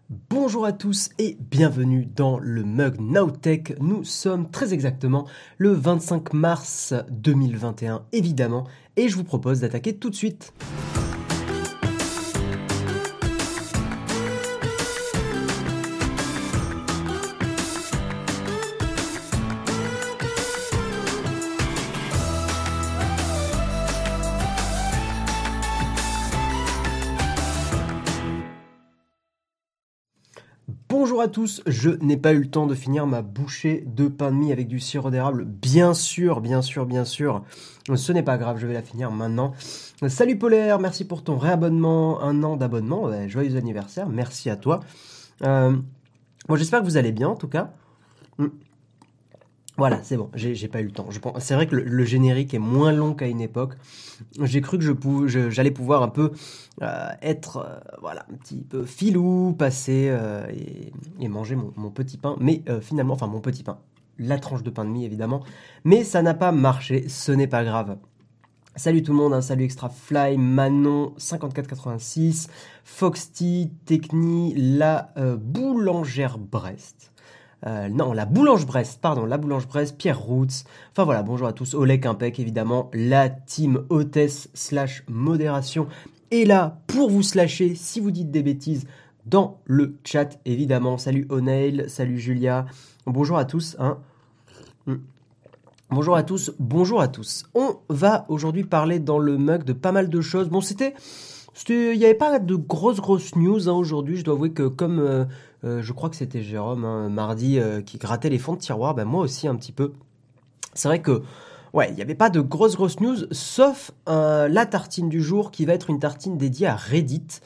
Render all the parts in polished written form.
Bonjour à tous et bienvenue dans le Mug Nowtech. Nous sommes très exactement le 25 mars 2021 évidemment et je vous propose d'attaquer tout de suite. Bonjour à tous, je n'ai pas eu le temps de finir ma bouchée de pain de mie avec du sirop d'érable, bien sûr, ce n'est pas grave, je vais la finir maintenant. Salut Polaire, merci pour ton réabonnement, 1 an d'abonnement, ouais, joyeux anniversaire, merci à toi. Bon, j'espère que vous allez bien en tout cas. Voilà, c'est bon, j'ai pas eu le temps. C'est vrai que le générique est moins long qu'à une époque. J'ai cru que j'allais pouvoir un peu être voilà, un petit peu filou, passer et manger mon petit pain. Mais finalement, enfin mon petit pain, la tranche de pain de mie évidemment. Mais ça n'a pas marché, ce n'est pas grave. Salut tout le monde, hein, salut Extrafly, Manon, 5486, Foxty, Techni, la boulangère Brest. Non, la Boulange Brest, Pierre Roots, enfin voilà, bonjour à tous, Oleg Impec évidemment, la team hôtesse / modération est là pour vous slasher si vous dites des bêtises dans le chat évidemment. Salut O'Neil, salut Julia, bonjour à tous, hein. Bonjour à tous. On va aujourd'hui parler dans le mug de pas mal de choses. Bon, il n'y avait pas de grosses news hein, aujourd'hui. Je dois avouer que comme je crois que c'était Jérôme hein, mardi qui grattait les fonds de tiroir, ben moi aussi un petit peu. C'est vrai que ouais, il n'y avait pas de grosses news, sauf la tartine du jour qui va être une tartine dédiée à Reddit.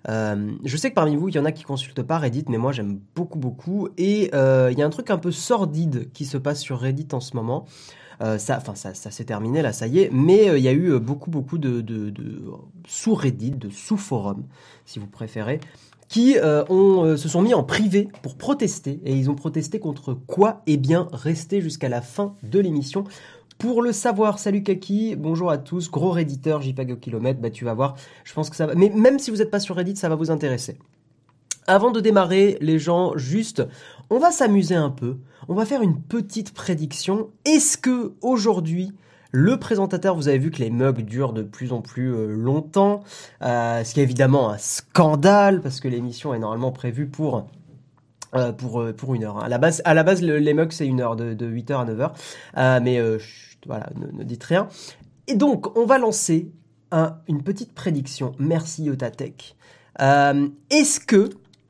Je sais que parmi vous, il y en a qui consultent pas Reddit, mais moi j'aime beaucoup. Et il y a un truc un peu sordide qui se passe sur Reddit en ce moment. Ça s'est terminé là, ça y est. Mais il y a eu beaucoup de sous-Reddit, de sous-forums, si vous préférez, qui se sont mis en privé pour protester. Et ils ont protesté contre quoi? Eh bien, restez jusqu'à la fin de l'émission pour le savoir. Salut Kaki, bonjour à tous, gros redditeur, JPEG au kilomètre, bah tu vas voir, je pense que ça va, mais même si vous n'êtes pas sur Reddit, ça va vous intéresser. Avant de démarrer, les gens, juste, on va s'amuser un peu, on va faire une petite prédiction. Est-ce que aujourd'hui, le présentateur, vous avez vu que les mugs durent de plus en plus longtemps, ce qui est évidemment un scandale, parce que l'émission est normalement prévue pour 1 heure. Hein. À la base les mugs, c'est 1 heure, de 8h à 9h. Mais voilà, ne dites rien. Et donc, on va lancer une petite prédiction. Merci Yotatech. Est-ce que...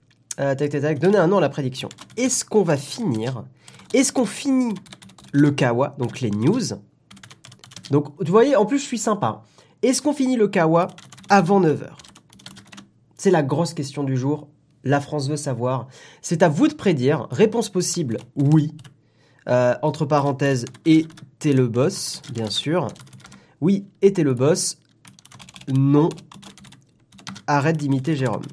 donnez un nom à la prédiction. Est-ce qu'on finit le Kawa, donc les news? Donc, vous voyez, en plus, je suis sympa. Est-ce qu'on finit le Kawa avant 9h? C'est la grosse question du jour. La France veut savoir. C'est à vous de prédire. Réponse possible, oui. Entre parenthèses, et t'es le boss, bien sûr. Oui, et t'es le boss. Non. Arrête d'imiter Jérôme.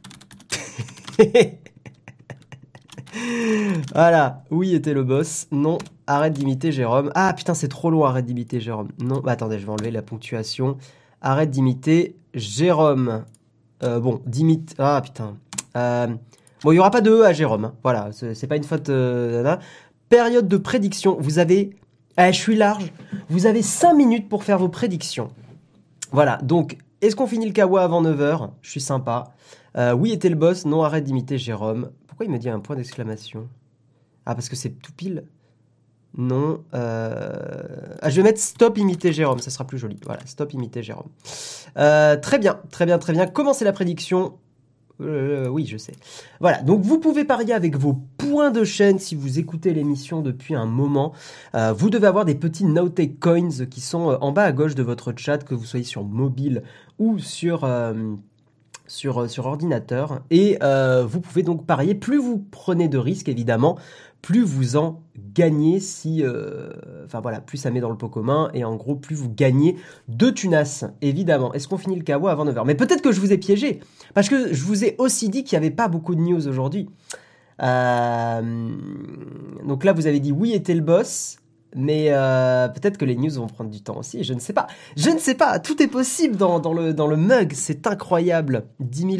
Voilà. Oui, et t'es le boss. Non. Arrête d'imiter Jérôme. Ah putain, c'est trop long, arrête d'imiter Jérôme. Non, bah attendez, je vais enlever la ponctuation. Arrête d'imiter Jérôme. Bon, d'imite... Ah putain. Bon, il n'y aura pas de E à Jérôme. Hein. Voilà, c'est pas une faute. Période de prédiction. Vous avez... je suis large. Vous avez 5 minutes pour faire vos prédictions. Voilà, donc, est-ce qu'on finit le Kawa avant 9h? Je suis sympa. Oui, était le boss. Non, arrête d'imiter Jérôme. Pourquoi il me dit un point d'exclamation? Ah, parce que c'est tout pile. Non. Je vais mettre stop imiter Jérôme. Ça sera plus joli. Voilà, stop imiter Jérôme. Très bien. Commencez la prédiction. Oui, je sais. Voilà, donc vous pouvez parier avec vos points de chaîne si vous écoutez l'émission depuis un moment. Vous devez avoir des petits Nowtech Coins qui sont en bas à gauche de votre chat, que vous soyez sur mobile ou sur ordinateur. Et vous pouvez donc parier. Plus vous prenez de risques, évidemment, plus vous en gagnez plus ça met dans le pot commun et en gros plus vous gagnez de tunas, évidemment. Est-ce qu'on finit le Kawa avant 9h? Mais peut-être que je vous ai piégé, parce que je vous ai aussi dit qu'il n'y avait pas beaucoup de news aujourd'hui. Donc là vous avez dit oui était le boss, mais peut-être que les news vont prendre du temps aussi, je ne sais pas, tout est possible dans le mug, c'est incroyable. 10 000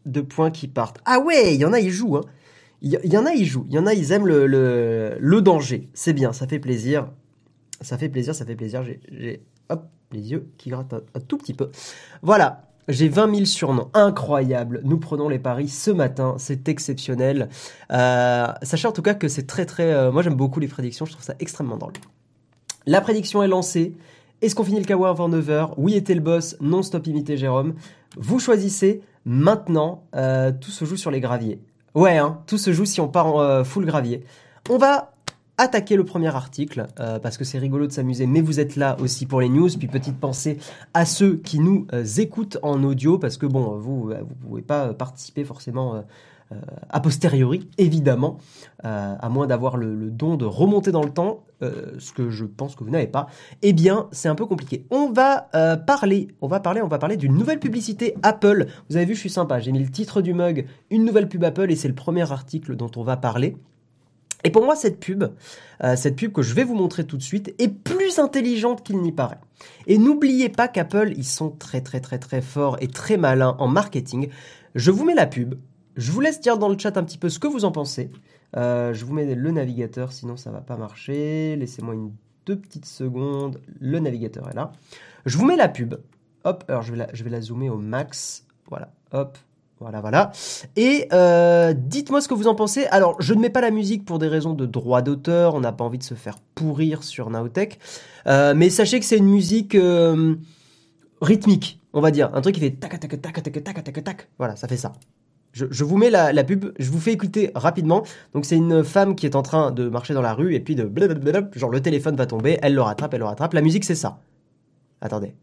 de points qui partent. Ah ouais, il y en a, ils jouent. Hein. Il y en a, ils jouent. Il y en a, ils aiment le danger. C'est bien, ça fait plaisir. Ça fait plaisir. J'ai hop, les yeux qui grattent un tout petit peu. Voilà, j'ai 20 000 surnoms. Incroyable. Nous prenons les paris ce matin. C'est exceptionnel. Sachez en tout cas que c'est très très... moi, j'aime beaucoup les prédictions. Je trouve ça extrêmement drôle. La prédiction est lancée. Est-ce qu'on finit le kawa avant 9h? Oui, était le boss. Non-stop imité Jérôme. Vous choisissez. Maintenant, tout se joue sur les graviers. Ouais, hein, tout se joue si on part en full gravier. On va attaquer le premier article, parce que c'est rigolo de s'amuser, mais vous êtes là aussi pour les news. Puis petite pensée à ceux qui nous écoutent en audio, parce que bon, vous pouvez pas participer forcément a posteriori, évidemment, à moins d'avoir le don de remonter dans le temps, ce que je pense que vous n'avez pas, eh bien, c'est un peu compliqué. On va parler d'une nouvelle publicité Apple. Vous avez vu, je suis sympa, j'ai mis le titre du mug, une nouvelle pub Apple, et c'est le premier article dont on va parler. Et pour moi, cette pub que je vais vous montrer tout de suite, est plus intelligente qu'il n'y paraît. Et n'oubliez pas qu'Apple, ils sont très très très très forts et très malins en marketing. Je vous mets la pub. Je vous laisse dire dans le chat un petit peu ce que vous en pensez. Je vous mets le navigateur, sinon ça va pas marcher. Laissez-moi 2 petites secondes. Le navigateur est là. Je vous mets la pub. Hop, alors je vais la zoomer au max. Voilà, hop. Voilà. Et dites-moi ce que vous en pensez. Alors, je ne mets pas la musique pour des raisons de droit d'auteur. On n'a pas envie de se faire pourrir sur Nowtech. Mais sachez que c'est une musique rythmique, on va dire. Un truc qui fait tac, tac, tac, tac, tac, tac, tac. Voilà, ça fait ça. Je vous mets la pub, je vous fais écouter rapidement. Donc, c'est une femme qui est en train de marcher dans la rue et puis de blablabla, genre le téléphone va tomber, elle le rattrape. La musique, c'est ça. Attendez.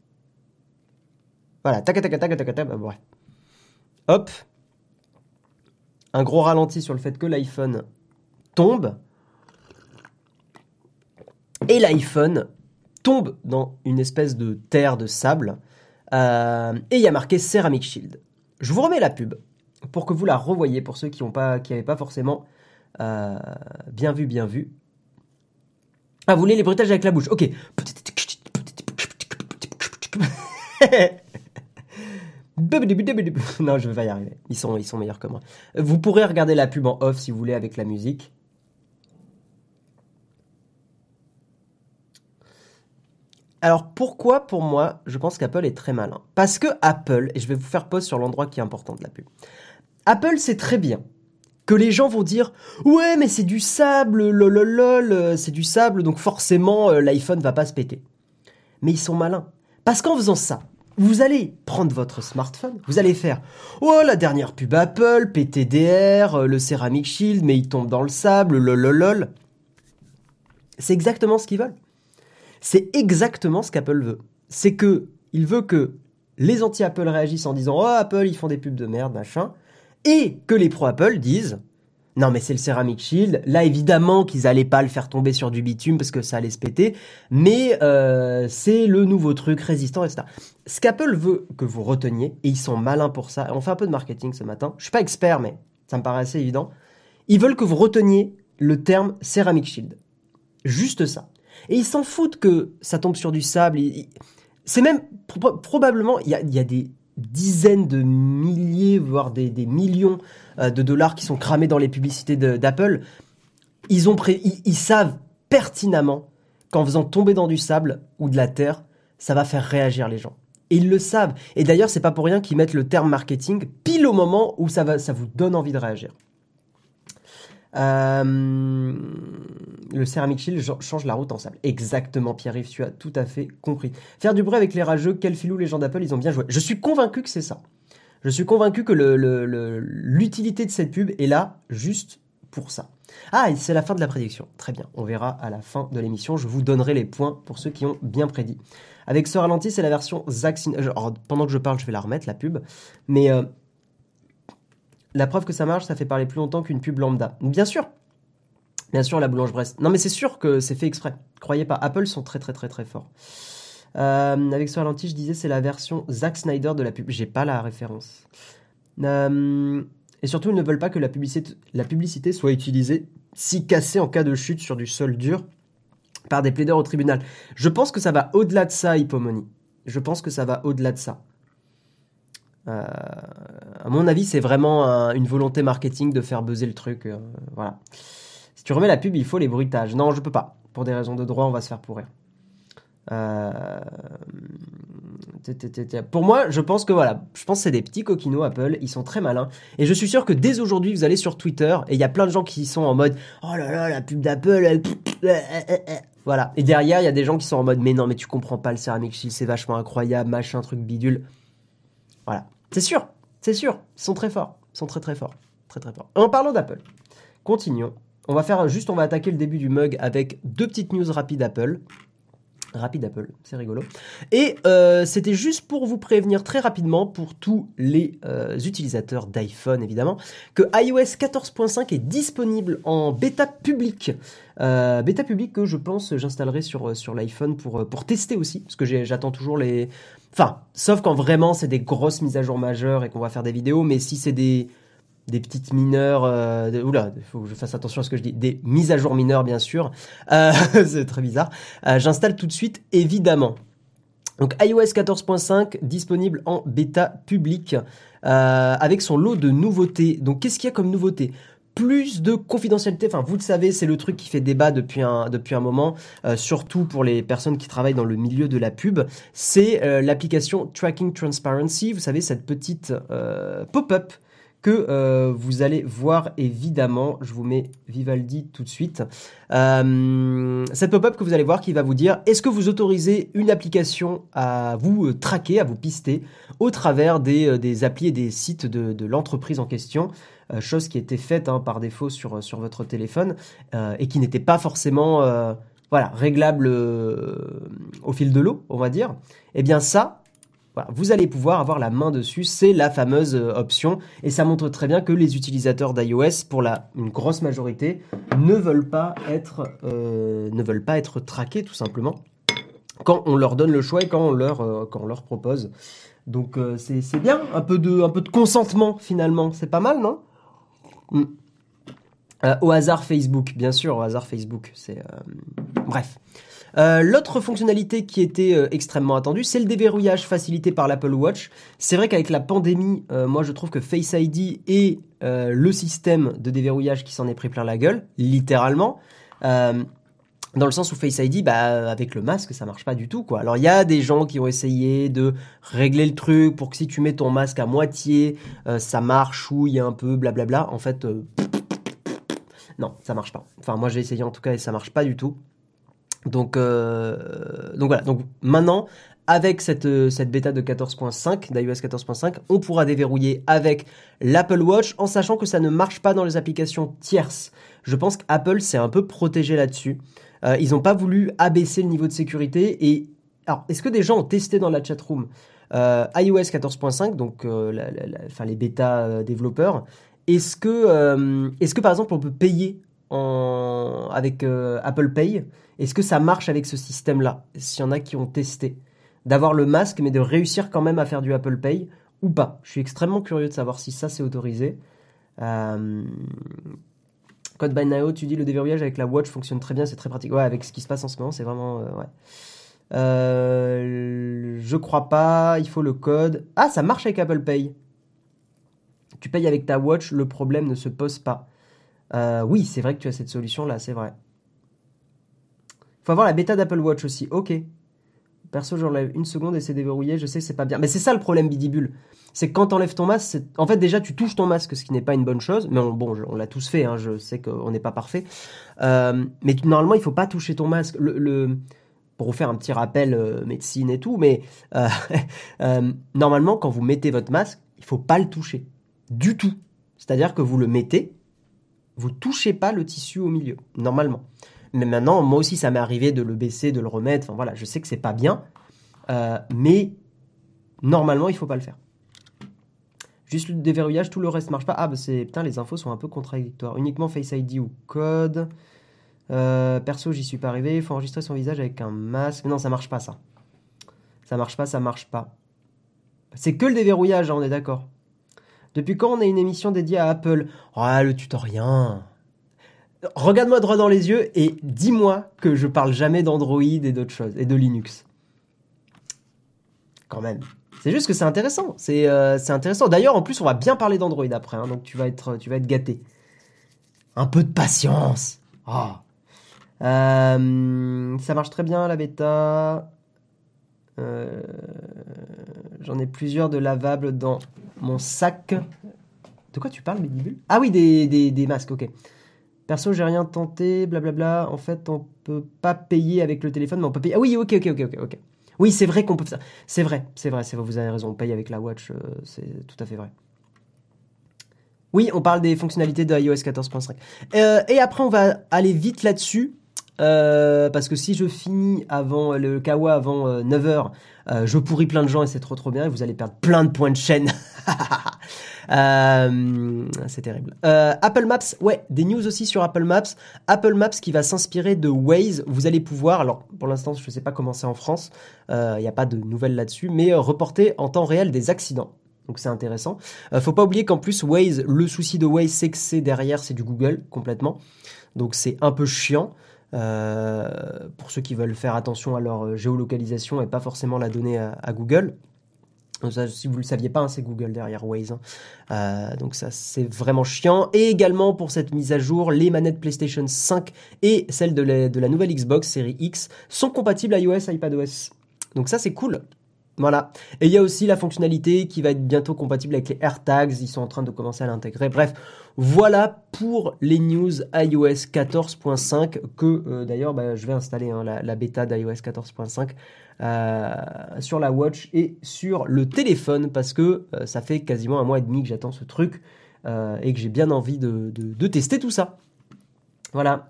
Voilà, tac, tac, tac, tac, tac, bref. Hop, un gros ralenti sur le fait que l'iPhone tombe, et l'iPhone tombe dans une espèce de terre de sable, et il y a marqué Ceramic Shield. Je vous remets la pub pour que vous la revoyiez pour ceux qui n'avaient pas forcément bien vu. Ah, vous voulez les bruitages avec la bouche? Ok. Non, je vais pas y arriver. Ils sont meilleurs que moi. Vous pourrez regarder la pub en off si vous voulez avec la musique. Alors pourquoi pour moi je pense qu'Apple est très malin? Parce que Apple, et je vais vous faire pause sur l'endroit qui est important de la pub. Apple sait très bien que les gens vont dire ouais mais c'est du sable, lololol, c'est du sable donc forcément l'iPhone va pas se péter. Mais ils sont malins. Parce qu'en faisant ça, vous allez prendre votre smartphone, vous allez faire « Oh, la dernière pub Apple, PTDR, le Ceramic Shield, mais il tombe dans le sable, lololol. » C'est exactement ce qu'ils veulent. C'est exactement ce qu'Apple veut. C'est que il veut que les anti-Apple réagissent en disant « Oh, Apple, ils font des pubs de merde, machin. » Et que les pro-Apple disent « Non, mais c'est le Ceramic Shield. Là, évidemment qu'ils allaient pas le faire tomber sur du bitume parce que ça allait se péter. Mais c'est le nouveau truc résistant, etc. » Ce qu'Apple veut que vous reteniez, et ils sont malins pour ça, on fait un peu de marketing ce matin, je suis pas expert, mais ça me paraît assez évident, ils veulent que vous reteniez le terme Ceramic Shield. Juste ça. Et ils s'en foutent que ça tombe sur du sable. C'est même, probablement, il y a des dizaines de milliers, voire des millions de dollars qui sont cramés dans les publicités d'Apple. Ils savent pertinemment qu'en faisant tomber dans du sable ou de la terre, ça va faire réagir les gens. Et ils le savent. Et d'ailleurs, c'est pas pour rien qu'ils mettent le terme marketing pile au moment où ça vous donne envie de réagir. Le Ceramic Shield change la route en sable. Exactement, Pierre-Yves, tu as tout à fait compris. Faire du bruit avec les rageux, quel filou les gens d'Apple, ils ont bien joué. Je suis convaincu que c'est ça. Je suis convaincu que l'utilité de cette pub est là juste pour ça. Ah, et c'est la fin de la prédiction. Très bien, on verra à la fin de l'émission. Je vous donnerai les points pour ceux qui ont bien prédit. Avec ce ralenti, c'est la version pendant que je parle, je vais la remettre, la pub. Mais la preuve que ça marche, ça fait parler plus longtemps qu'une pub lambda. Bien sûr, la Boulange-Brest. Non, mais c'est sûr que c'est fait exprès. Croyez pas, Apple sont très très très très forts. Avec ce ralenti, je disais, c'est la version Zack Snyder de la pub. J'ai pas la référence. Et surtout, ils ne veulent pas que la publicité soit utilisée si cassée en cas de chute sur du sol dur par des plaideurs au tribunal. Je pense que ça va au-delà de ça, Hippomony. Je pense que ça va au-delà de ça. À mon avis, c'est vraiment une volonté marketing de faire buzzer le truc. Voilà. Si tu remets la pub, il faut les bruitages. Non, je peux pas. Pour des raisons de droit, on va se faire pourrir. Pour moi, je pense que voilà, je pense que c'est des petits coquinots Apple, ils sont très malins. Et je suis sûr que dès aujourd'hui, vous allez sur Twitter et il y a plein de gens qui sont en mode oh là là, la pub d'Apple, voilà. Et derrière, il y a des gens qui sont en mode mais non, mais tu comprends pas, le Ceramic Shield, c'est vachement incroyable, machin, truc bidule. Voilà. C'est sûr. Ils sont très forts. Ils sont très très forts. Très très forts. En parlant d'Apple, continuons. On va attaquer le début du mug avec 2 petites news rapides Apple. Rapide Apple, c'est rigolo. Et c'était juste pour vous prévenir très rapidement, pour tous les utilisateurs d'iPhone évidemment, que iOS 14.5 est disponible en bêta publique. Bêta publique que je pense j'installerai sur l'iPhone pour tester aussi, parce que j'attends toujours les... Enfin, sauf quand vraiment c'est des grosses mises à jour majeures et qu'on va faire des vidéos, mais si c'est des petites mineures, oula, il faut que je fasse attention à ce que je dis, des mises à jour mineures bien sûr, c'est très bizarre, j'installe tout de suite évidemment. Donc iOS 14.5 disponible en bêta publique avec son lot de nouveautés. Donc qu'est-ce qu'il y a comme nouveauté ? Plus de confidentialité, enfin vous le savez, c'est le truc qui fait débat depuis un moment, surtout pour les personnes qui travaillent dans le milieu de la pub, c'est l'application Tracking Transparency, vous savez cette petite pop-up que vous allez voir évidemment, je vous mets Vivaldi tout de suite, cette pop-up que vous allez voir qui va vous dire est-ce que vous autorisez une application à vous traquer, à vous pister au travers des applis et des sites de l'entreprise en question, chose qui était faite par défaut sur votre téléphone et qui n'était pas forcément réglable au fil de l'eau, on va dire. Eh bien ça, voilà, vous allez pouvoir avoir la main dessus, c'est la fameuse option, et ça montre très bien que les utilisateurs d'iOS, pour une grosse majorité, ne veulent pas être traqués tout simplement quand on leur donne le choix et quand on leur propose. Donc c'est bien, un peu de consentement finalement, c'est pas mal, non ? Au hasard Facebook, bien sûr, au hasard Facebook, c'est bref. L'autre fonctionnalité qui était extrêmement attendue, c'est le déverrouillage facilité par l'Apple Watch. C'est vrai qu'avec la pandémie, moi je trouve que Face ID est le système de déverrouillage qui s'en est pris plein la gueule, littéralement. Dans le sens où Face ID, avec le masque, ça marche pas du tout, quoi. Alors, il y a des gens qui ont essayé de régler le truc pour que si tu mets ton masque à moitié, ça marche, chouille un peu, blablabla. En fait, non, ça marche pas. Enfin, moi, j'ai essayé en tout cas et ça marche pas du tout. Donc voilà. Donc maintenant, avec cette bêta de 14.5, d'iOS 14.5, on pourra déverrouiller avec l'Apple Watch en sachant que ça ne marche pas dans les applications tierces. Je pense qu'Apple s'est un peu protégé là-dessus. Ils n'ont pas voulu abaisser le niveau de sécurité. Et alors, est-ce que des gens ont testé dans la chatroom iOS 14.5, donc les bêta développeurs, est-ce que par exemple on peut payer avec Apple Pay? Est-ce que ça marche avec ce système-là? S'il y en a qui ont testé, d'avoir le masque, mais de réussir quand même à faire du Apple Pay ou pas. Je suis extrêmement curieux de savoir si ça c'est autorisé. Code by Nao, tu dis le déverrouillage avec la Watch fonctionne très bien, c'est très pratique. Ouais, avec ce qui se passe en ce moment, c'est vraiment... ouais. Je crois pas, il faut le code. Ah, ça marche avec Apple Pay. Tu payes avec ta Watch, le problème ne se pose pas. Oui, c'est vrai que tu as cette solution-là, c'est vrai. Il faut avoir la bêta d'Apple Watch aussi. Ok. Perso, j'enlève une seconde et c'est déverrouillé. Je sais que c'est pas bien. Mais c'est ça le problème, Bidibule. C'est que quand t'enlèves ton masque, en fait, déjà, tu touches ton masque, ce qui n'est pas une bonne chose. Mais on l'a tous fait. Hein, je sais qu'on n'est pas parfait. Mais normalement, il faut pas toucher ton masque. Pour vous faire un petit rappel médecine et tout. Mais normalement, quand vous mettez votre masque, il faut pas le toucher. Du tout. C'est-à-dire que vous le mettez, vous touchez pas le tissu au milieu. Normalement. Mais maintenant, moi aussi, ça m'est arrivé de le baisser, de le remettre. Enfin voilà, je sais que c'est pas bien, mais normalement, il faut pas le faire. Juste le déverrouillage, tout le reste marche pas. Ah, putain, les infos sont un peu contradictoires. Uniquement Face ID ou code. Perso, j'y suis pas arrivé. Il faut enregistrer son visage avec un masque. Mais non, ça marche pas, ça. Ça marche pas. C'est que le déverrouillage, hein, on est d'accord. Depuis quand on a une émission dédiée à Apple? Ah, le tutoriel. Regarde-moi droit dans les yeux et dis-moi que je parle jamais d'Android et d'autres choses, et de Linux. Quand même. C'est juste que c'est intéressant. C'est intéressant. D'ailleurs, en plus, on va bien parler d'Android après, hein, donc tu vas être gâté. Un peu de patience. Ah. Ça marche très bien la bêta. J'en ai plusieurs de lavables dans mon sac. De quoi tu parles, Medibule? Ah oui, des masques, ok. Perso, j'ai rien tenté, blablabla. En fait, on peut pas payer avec le téléphone, mais on peut payer. Ah oui, ok. Oui, c'est vrai qu'on peut faire ça. C'est vrai, vous avez raison. On paye avec la Watch, c'est tout à fait vrai. Oui, on parle des fonctionnalités de iOS 14.5. Et après, on va aller vite là-dessus. Parce que si je finis avant le Kawa avant 9h, je pourris plein de gens et c'est trop bien. Et vous allez perdre plein de points de chaîne. C'est terrible. Apple Maps, ouais, des news aussi sur Apple Maps. Apple Maps qui va s'inspirer de Waze. Vous allez pouvoir, alors pour l'instant, je ne sais pas comment c'est en France, il n'y a pas de nouvelles là-dessus, mais reporter en temps réel des accidents. Donc c'est intéressant. Faut pas oublier qu'en plus Waze, le souci de Waze, c'est que c'est derrière, c'est du Google complètement. Donc c'est un peu chiant. Pour ceux qui veulent faire attention à leur géolocalisation et pas forcément la donner à Google. Ça, si vous ne le saviez pas, hein, c'est Google derrière Waze. Donc ça, c'est vraiment chiant. Et également, pour cette mise à jour, les manettes PlayStation 5 et celles de la nouvelle Xbox Series X sont compatibles iOS et iPadOS. Donc ça, c'est cool. Voilà. Et il y a aussi la fonctionnalité qui va être bientôt compatible avec les AirTags. Ils sont en train de commencer à l'intégrer. Bref, voilà pour les news iOS 14.5 que d'ailleurs je vais installer la bêta d'iOS 14.5 sur la Watch et sur le téléphone parce que ça fait quasiment 1 mois et demi que j'attends ce truc et que j'ai bien envie de tester tout ça. Voilà.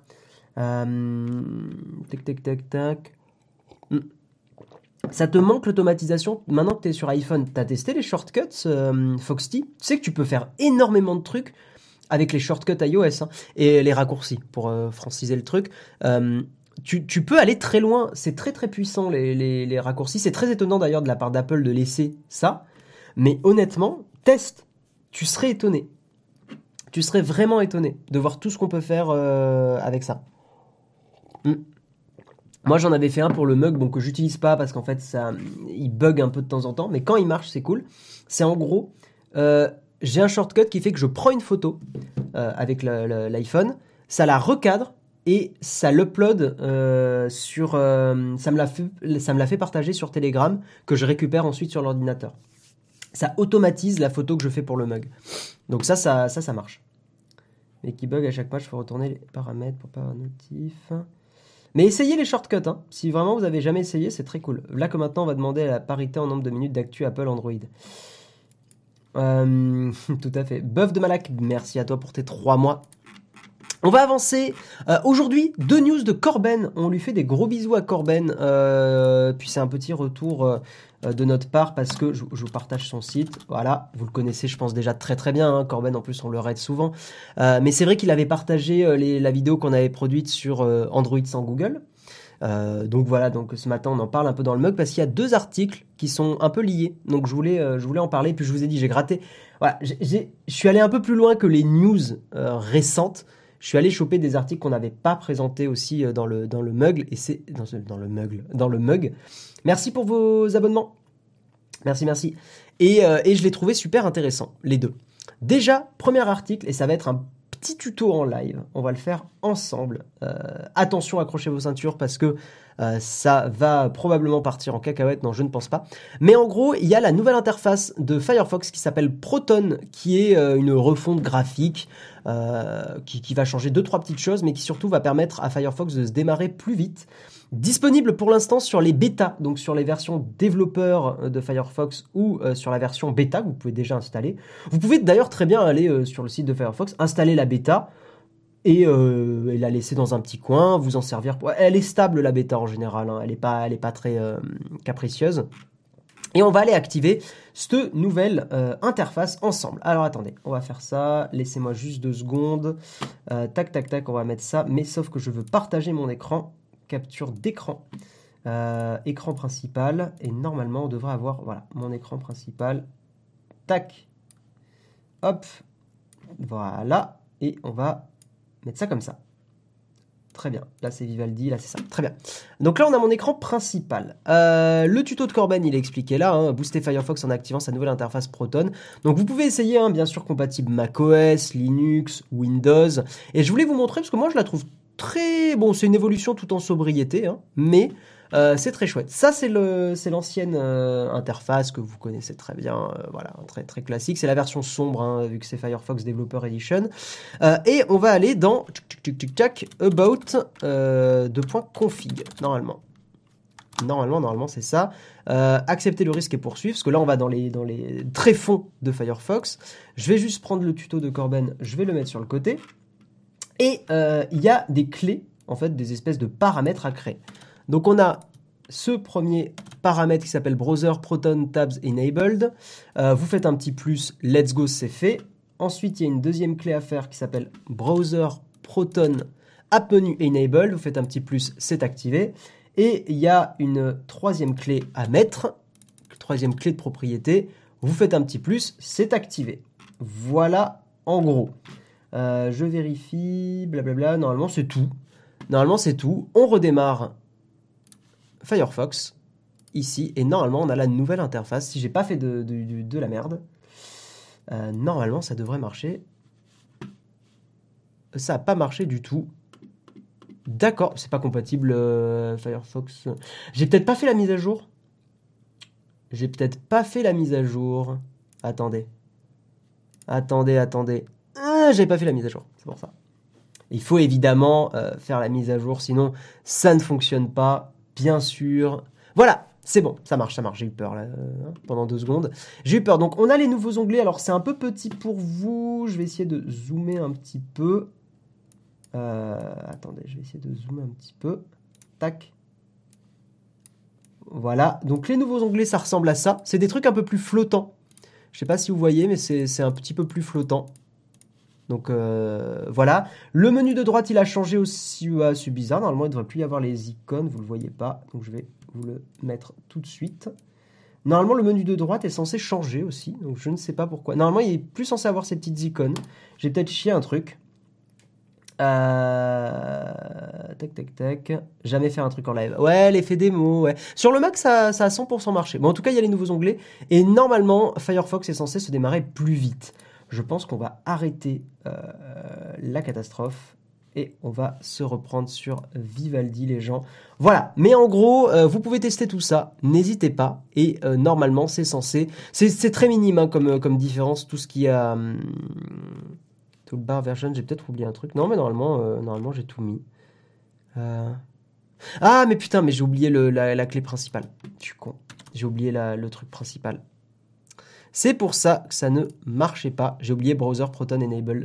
Tac. Ça te manque l'automatisation. Maintenant que tu es sur iPhone, tu as testé les shortcuts Foxty? Tu sais que tu peux faire énormément de trucs avec les shortcuts iOS et les raccourcis pour franciser le truc. Tu peux aller très loin. C'est très puissant les raccourcis. C'est très étonnant d'ailleurs de la part d'Apple de laisser ça. Mais honnêtement, teste. Tu serais étonné. Tu serais vraiment étonné de voir tout ce qu'on peut faire avec ça. Moi, j'en avais fait un pour le mug, bon, que j'utilise pas parce qu'en fait, il bug un peu de temps en temps, mais quand il marche, c'est cool. C'est en gros, j'ai un shortcut qui fait que je prends une photo avec l'iPhone, ça la recadre et ça l'upload sur, ça me l'a fait partager sur Telegram que je récupère ensuite sur l'ordinateur. Ça automatise la photo que je fais pour le mug. Donc ça marche. Mais qui bug à chaque page, il faut retourner les paramètres pour pas avoir notif. Mais essayez les shortcuts, hein. Si vraiment vous avez jamais essayé, c'est très cool. Là que maintenant on va demander la parité en nombre de minutes d'actu Apple Android. Tout à fait. Bœuf de Malak, merci à toi pour tes 3 mois. On va avancer. Aujourd'hui, 2 news de Corben. On lui fait des gros bisous à Corben. Puis c'est un petit retour de notre part parce que je vous partage son site. Voilà, vous le connaissez, je pense déjà très bien. Hein. Corben, en plus, on le raid souvent. Mais c'est vrai qu'il avait partagé la vidéo qu'on avait produite sur Android sans Google. Donc voilà, donc ce matin on en parle un peu dans le mug parce qu'il y a 2 articles qui sont un peu liés. Donc je voulais en parler. Puis je vous ai dit, j'ai gratté. Voilà, je suis allé un peu plus loin que les news récentes. Je suis allé choper des articles qu'on n'avait pas présentés aussi dans le mug et c'est dans le mug. Merci pour vos abonnements. Merci. Et je l'ai trouvé super intéressant, les deux. Déjà, premier article, et ça va être un petit tuto en live. On va le faire ensemble. Attention, accrochez vos ceintures parce que ça va probablement partir en cacahuète. Non, je ne pense pas. Mais en gros, il y a la nouvelle interface de Firefox qui s'appelle Proton, qui est une refonte graphique qui va changer 2-3 petites choses, mais qui surtout va permettre à Firefox de se démarrer plus vite. Disponible pour l'instant sur les bêtas, donc sur les versions développeurs de Firefox ou sur la version bêta que vous pouvez déjà installer. Vous pouvez d'ailleurs très bien aller sur le site de Firefox, installer la bêta et la laisser dans un petit coin, vous en servir. Elle est stable la bêta en général, hein. Elle est pas très capricieuse. Et on va aller activer cette nouvelle interface ensemble. Alors attendez, on va faire ça. Laissez-moi juste 2 secondes. Tac, on va mettre ça. Mais sauf que je veux partager mon écran. Capture d'écran. Écran principal. Et normalement, on devrait avoir voilà, mon écran principal. Tac. Hop. Voilà. Et on va mettre ça comme ça. Très bien. Là, c'est Vivaldi. Là, c'est ça. Très bien. Donc là, on a mon écran principal. Le tuto de Corben, il est expliqué là. Hein, booster Firefox en activant sa nouvelle interface Proton. Donc, vous pouvez essayer, hein, bien sûr, compatible macOS, Linux, Windows. Et je voulais vous montrer, parce que moi, je la trouve très... Bon, c'est une évolution tout en sobriété, hein, mais... c'est très chouette. Ça, c'est l'ancienne interface que vous connaissez très bien. Voilà, très, très classique. C'est la version sombre, hein, vu que c'est Firefox Developer Edition. Et on va aller dans About .config, normalement. Normalement, c'est ça. Accepter le risque et poursuivre, parce que là, on va dans les tréfonds de Firefox. Je vais juste prendre le tuto de Corben, je vais le mettre sur le côté. Et il y a des clés, en fait, des espèces de paramètres à créer. Donc on a ce premier paramètre qui s'appelle Browser Proton Tabs Enabled. Vous faites un petit plus, let's go, c'est fait. Ensuite, il y a une deuxième clé à faire qui s'appelle Browser Proton App Menu Enabled. Vous faites un petit plus, c'est activé. Et il y a une troisième clé à mettre, troisième clé de propriété. Vous faites un petit plus, c'est activé. Voilà en gros. Je vérifie, blablabla. Normalement, c'est tout. On redémarre Firefox ici et normalement on a la nouvelle interface. Si j'ai pas fait de la merde, normalement ça devrait marcher. Ça n'a pas marché du tout. D'accord, c'est pas compatible Firefox. J'ai peut-être pas fait la mise à jour. Attendez. J'avais pas fait la mise à jour, c'est pour ça. Il faut évidemment faire la mise à jour, sinon ça ne fonctionne pas. Bien sûr. Voilà, c'est bon, ça marche. J'ai eu peur là, pendant 2 secondes. J'ai eu peur. Donc, on a les nouveaux onglets. Alors, c'est un peu petit pour vous. Je vais essayer de zoomer un petit peu. Attendez, je vais essayer de zoomer un petit peu. Tac. Voilà. Donc, les nouveaux onglets, ça ressemble à ça. C'est des trucs un peu plus flottants. Je sais pas si vous voyez, mais c'est un petit peu plus flottant. Donc voilà. Le menu de droite, il a changé aussi. C'est bizarre. Normalement, il ne devrait plus y avoir les icônes. Vous ne le voyez pas. Donc je vais vous le mettre tout de suite. Normalement, le menu de droite est censé changer aussi. Donc je ne sais pas pourquoi. Normalement, il est plus censé avoir ces petites icônes. J'ai peut-être chié un truc. Tac. Jamais fait un truc en live. Ouais, l'effet démo, ouais. Sur le Mac, ça a 100% marché. Bon, en tout cas, il y a les nouveaux onglets. Et normalement, Firefox est censé se démarrer plus vite. Je pense qu'on va arrêter la catastrophe et on va se reprendre sur Vivaldi, les gens. Voilà, mais en gros, vous pouvez tester tout ça, n'hésitez pas. Et normalement, c'est censé... C'est très minime hein, comme différence, tout ce qui a... Toolbar version, j'ai peut-être oublié un truc. Non, mais normalement j'ai tout mis. Ah, mais putain, mais j'ai oublié la clé principale. Je suis con. J'ai oublié le truc principal. C'est pour ça que ça ne marchait pas. J'ai oublié Browser Proton Enable.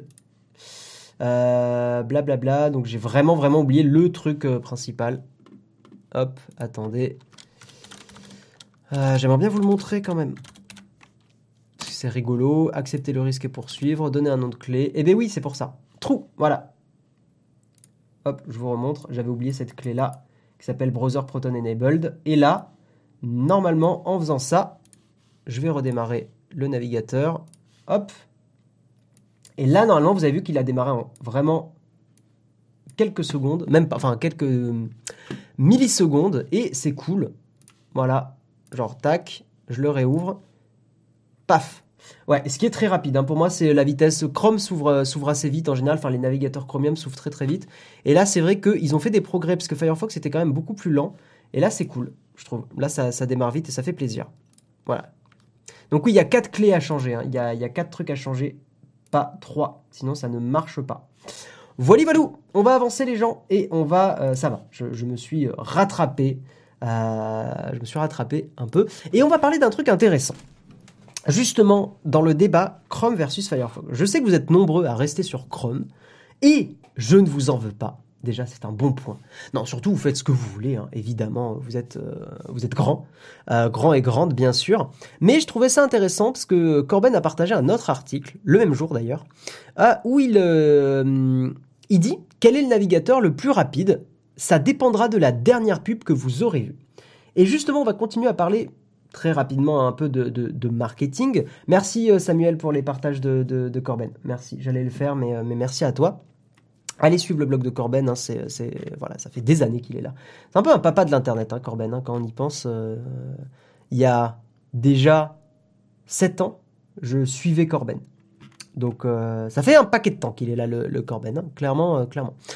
Blablabla. Donc j'ai vraiment oublié le truc principal. Hop, attendez. J'aimerais bien vous le montrer quand même. C'est rigolo. Accepter le risque et poursuivre. Donner un nom de clé. Eh bien oui, c'est pour ça. Trou, voilà. Hop, je vous remontre. J'avais oublié cette clé-là qui s'appelle Browser Proton Enabled. Et là, normalement, en faisant ça, je vais redémarrer le navigateur. Hop. Et là, normalement, vous avez vu qu'il a démarré en vraiment quelques secondes. Même pas, enfin, quelques millisecondes. Et c'est cool. Voilà. Genre, tac. Je le réouvre. Paf. Ouais, ce qui est très rapide. Hein. Pour moi, c'est la vitesse. Chrome s'ouvre assez vite en général. Enfin, les navigateurs Chromium s'ouvrent très vite. Et là, c'est vrai qu'ils ont fait des progrès parce que Firefox était quand même beaucoup plus lent. Et là, c'est cool, je trouve. Là, ça démarre vite et ça fait plaisir. Voilà. Donc oui, il y a 4 clés à changer. Hein. Il y a 4 trucs à changer, pas 3. Sinon, ça ne marche pas. Voilà. On va avancer les gens et on va... ça va, je me suis rattrapé. Je me suis rattrapé un peu. Et on va parler d'un truc intéressant. Justement, dans le débat Chrome versus Firefox. Je sais que vous êtes nombreux à rester sur Chrome et je ne vous en veux pas. Déjà, c'est un bon point. Non, surtout, vous faites ce que vous voulez, hein. Évidemment, vous êtes grand. Grand et grande, bien sûr. Mais je trouvais ça intéressant parce que Corben a partagé un autre article, le même jour d'ailleurs, où il dit quel est le navigateur le plus rapide. Ça dépendra de la dernière pub que vous aurez vue. Et justement, on va continuer à parler très rapidement un peu de marketing. Merci Samuel pour les partages de Corben. Merci, j'allais le faire, mais merci à toi. Allez suivre le blog de Corben, voilà, ça fait des années qu'il est là. C'est un peu un papa de l'internet, hein, Corben, hein, quand on y pense. Il y a déjà 7 ans, je suivais Corben. Donc ça fait un paquet de temps qu'il est là, le Corben, hein, clairement.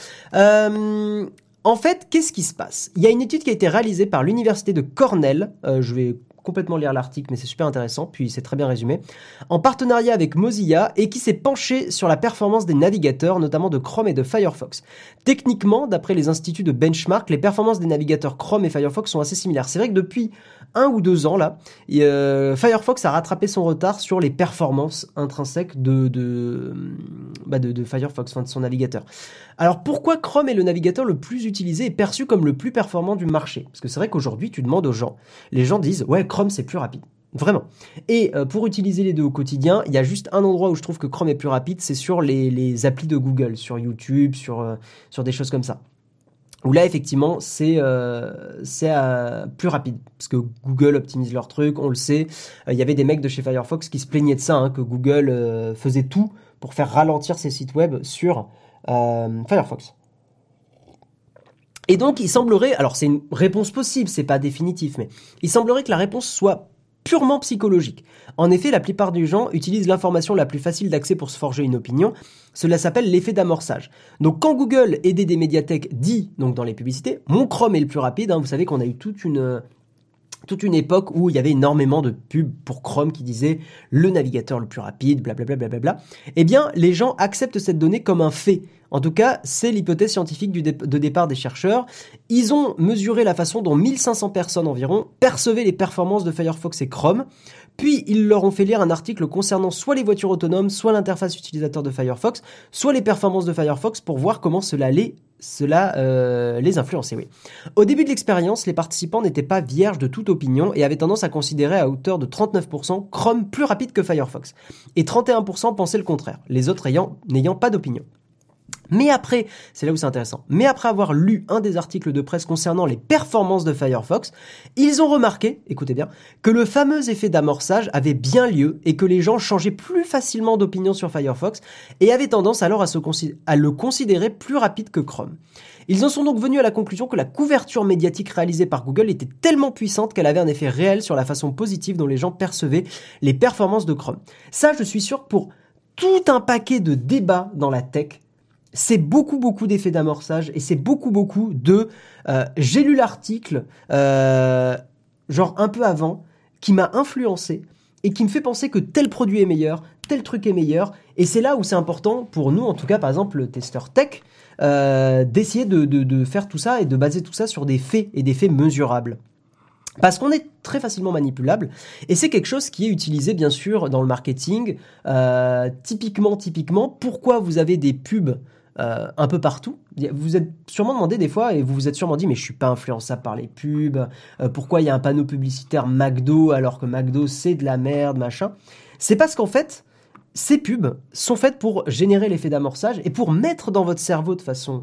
En fait, qu'est-ce qui se passe? Il y a une étude qui a été réalisée par l'université de Cornell. Je vais complètement lire l'article, mais c'est super intéressant, puis c'est très bien résumé, en partenariat avec Mozilla et qui s'est penché sur la performance des navigateurs, notamment de Chrome et de Firefox. Techniquement, d'après les instituts de benchmark, les performances des navigateurs Chrome et Firefox sont assez similaires. C'est vrai que depuis 1 ou 2 ans, là, Firefox a rattrapé son retard sur les performances intrinsèques de Firefox, enfin de son navigateur. Alors pourquoi Chrome est le navigateur le plus utilisé et perçu comme le plus performant du marché? Parce que c'est vrai qu'aujourd'hui, tu demandes aux gens, les gens disent « Ouais, Chrome, c'est plus rapide. » Vraiment. Et pour utiliser les deux au quotidien, il y a juste un endroit où je trouve que Chrome est plus rapide, c'est sur les applis de Google, sur YouTube, sur des choses comme ça. Où là, effectivement, c'est plus rapide. Parce que Google optimise leurs trucs, on le sait. Il y avait des mecs de chez Firefox qui se plaignaient de ça, hein, que Google faisait tout pour faire ralentir ses sites web sur Firefox. Et donc, il semblerait, alors c'est une réponse possible, c'est pas définitif, mais il semblerait que la réponse soit purement psychologique. En effet, la plupart des gens utilisent l'information la plus facile d'accès pour se forger une opinion. Cela s'appelle l'effet d'amorçage. Donc quand Google, aidé des médiathèques, dit, donc dans les publicités, mon Chrome est le plus rapide, hein, vous savez qu'on a eu toute une époque où il y avait énormément de pubs pour Chrome qui disaient le navigateur le plus rapide, blablabla, blablabla. Eh bien, les gens acceptent cette donnée comme un fait. En tout cas, c'est l'hypothèse scientifique de départ des chercheurs. Ils ont mesuré la façon dont 1500 personnes environ percevaient les performances de Firefox et Chrome. Puis, ils leur ont fait lire un article concernant soit les voitures autonomes, soit l'interface utilisateur de Firefox, soit les performances de Firefox pour voir comment cela les influençait. Oui. Au début de l'expérience, les participants n'étaient pas vierges de toute opinion et avaient tendance à considérer à hauteur de 39% Chrome plus rapide que Firefox. Et 31% pensaient le contraire, les autres n'ayant pas d'opinion. Mais après, c'est là où c'est intéressant, mais après avoir lu un des articles de presse concernant les performances de Firefox, ils ont remarqué, écoutez bien, que le fameux effet d'amorçage avait bien lieu et que les gens changeaient plus facilement d'opinion sur Firefox et avaient tendance alors à le considérer plus rapide que Chrome. Ils en sont donc venus à la conclusion que la couverture médiatique réalisée par Google était tellement puissante qu'elle avait un effet réel sur la façon positive dont les gens percevaient les performances de Chrome. Ça, je suis sûr que pour tout un paquet de débats dans la tech, c'est beaucoup d'effets d'amorçage et c'est beaucoup de j'ai lu l'article genre un peu avant qui m'a influencé et qui me fait penser que tel produit est meilleur, tel truc est meilleur, et c'est là où c'est important pour nous, en tout cas par exemple le testeur tech, d'essayer de faire tout ça et de baser tout ça sur des faits et des faits mesurables. Parce qu'on est très facilement manipulable et c'est quelque chose qui est utilisé bien sûr dans le marketing. Typiquement, pourquoi vous avez des pubs un peu partout? Vous vous êtes sûrement demandé des fois et vous vous êtes sûrement dit mais je suis pas influençable par les pubs. Pourquoi il y a un panneau publicitaire McDo alors que McDo c'est de la merde machin? C'est parce qu'en fait ces pubs sont faites pour générer l'effet d'amorçage et pour mettre dans votre cerveau de façon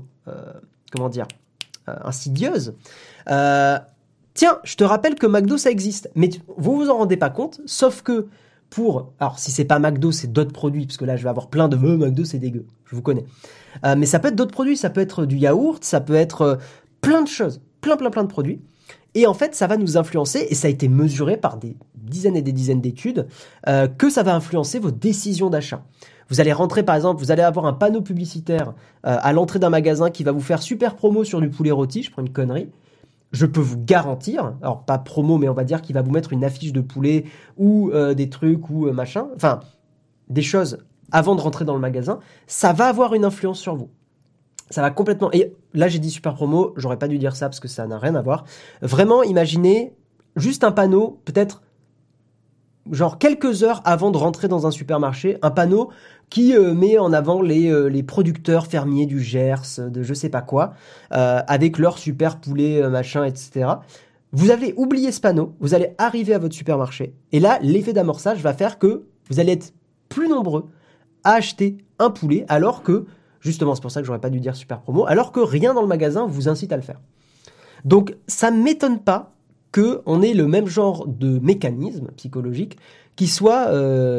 insidieuse. Tiens, je te rappelle que McDo, ça existe. Mais vous vous en rendez pas compte, sauf que alors si c'est pas McDo, c'est d'autres produits, parce que là, je vais avoir plein de McDo, c'est dégueu, je vous connais. Mais ça peut être d'autres produits, ça peut être du yaourt, ça peut être plein de choses, plein de produits. Et en fait, ça va nous influencer, et ça a été mesuré par des dizaines et des dizaines d'études, que ça va influencer vos décisions d'achat. Vous allez rentrer, par exemple, vous allez avoir un panneau publicitaire à l'entrée d'un magasin qui va vous faire super promo sur du poulet rôti, je prends une connerie. Je peux vous garantir, alors pas promo, mais on va dire qu'il va vous mettre une affiche de poulet ou des trucs ou machin, enfin des choses avant de rentrer dans le magasin, ça va avoir une influence sur vous. Ça va complètement... Et là, j'ai dit super promo, j'aurais pas dû dire ça parce que ça n'a rien à voir. Vraiment, imaginez juste un panneau, peut-être genre quelques heures avant de rentrer dans un supermarché, un panneau qui met en avant les producteurs fermiers du Gers, de je sais pas quoi, avec leur super poulet machin, etc. Vous allez oublier ce panneau, vous allez arriver à votre supermarché, et là, l'effet d'amorçage va faire que vous allez être plus nombreux à acheter un poulet, alors que, justement, c'est pour ça que j'aurais pas dû dire super promo, alors que rien dans le magasin vous incite à le faire. Donc, ça m'étonne pas qu'on ait le même genre de mécanisme psychologique qui soit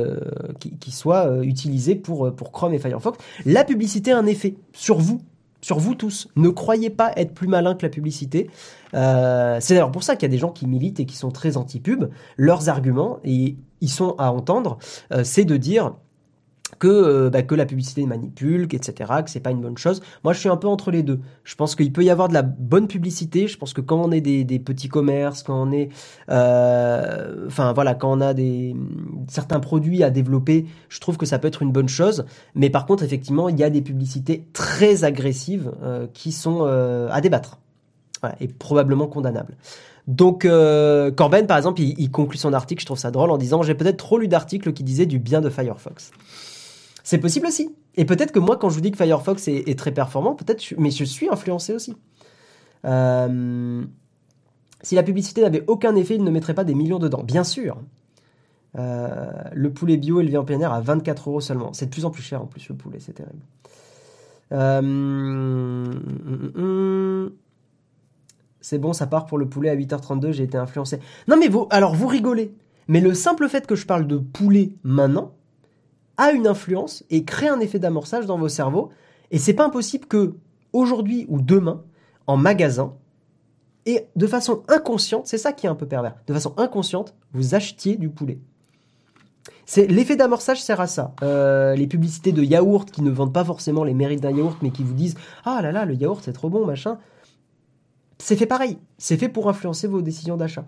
utilisé pour Chrome et Firefox. La publicité a un effet sur vous tous. Ne croyez pas être plus malin que la publicité. C'est d'ailleurs pour ça qu'il y a des gens qui militent et qui sont très anti-pub. Leurs arguments, et ils sont à entendre, c'est de dire que la publicité manipule, etc., que c'est pas une bonne chose. Moi, je suis un peu entre les deux. Je pense qu'il peut y avoir de la bonne publicité. Je pense que quand on est des petits commerces, quand on est, quand on a certains produits à développer, je trouve que ça peut être une bonne chose. Mais par contre, effectivement, il y a des publicités très agressives qui sont à débattre. Voilà, et probablement condamnables. Donc Corben, par exemple, il conclut son article, je trouve ça drôle, en disant « J'ai peut-être trop lu d'articles qui disaient du bien de Firefox ». C'est possible aussi. Et peut-être que moi, quand je vous dis que Firefox est très performant, mais je suis influencé aussi. Si la publicité n'avait aucun effet, il ne mettrait pas des millions dedans. Bien sûr. Le poulet bio élevé en plein air à 24 € seulement. C'est de plus en plus cher en plus, le poulet, c'est terrible. C'est bon, ça part pour le poulet à 8h32, j'ai été influencé. Non mais vous rigolez. Mais le simple fait que je parle de poulet maintenant a une influence et crée un effet d'amorçage dans vos cerveaux. Et c'est pas impossible que aujourd'hui ou demain, en magasin, et de façon inconsciente, c'est ça qui est un peu pervers, de façon inconsciente, vous achetiez du poulet. L'effet d'amorçage sert à ça. Les publicités de yaourt qui ne vendent pas forcément les mérites d'un yaourt, mais qui vous disent « Ah là là, le yaourt c'est trop bon, machin », c'est fait pareil. C'est fait pour influencer vos décisions d'achat.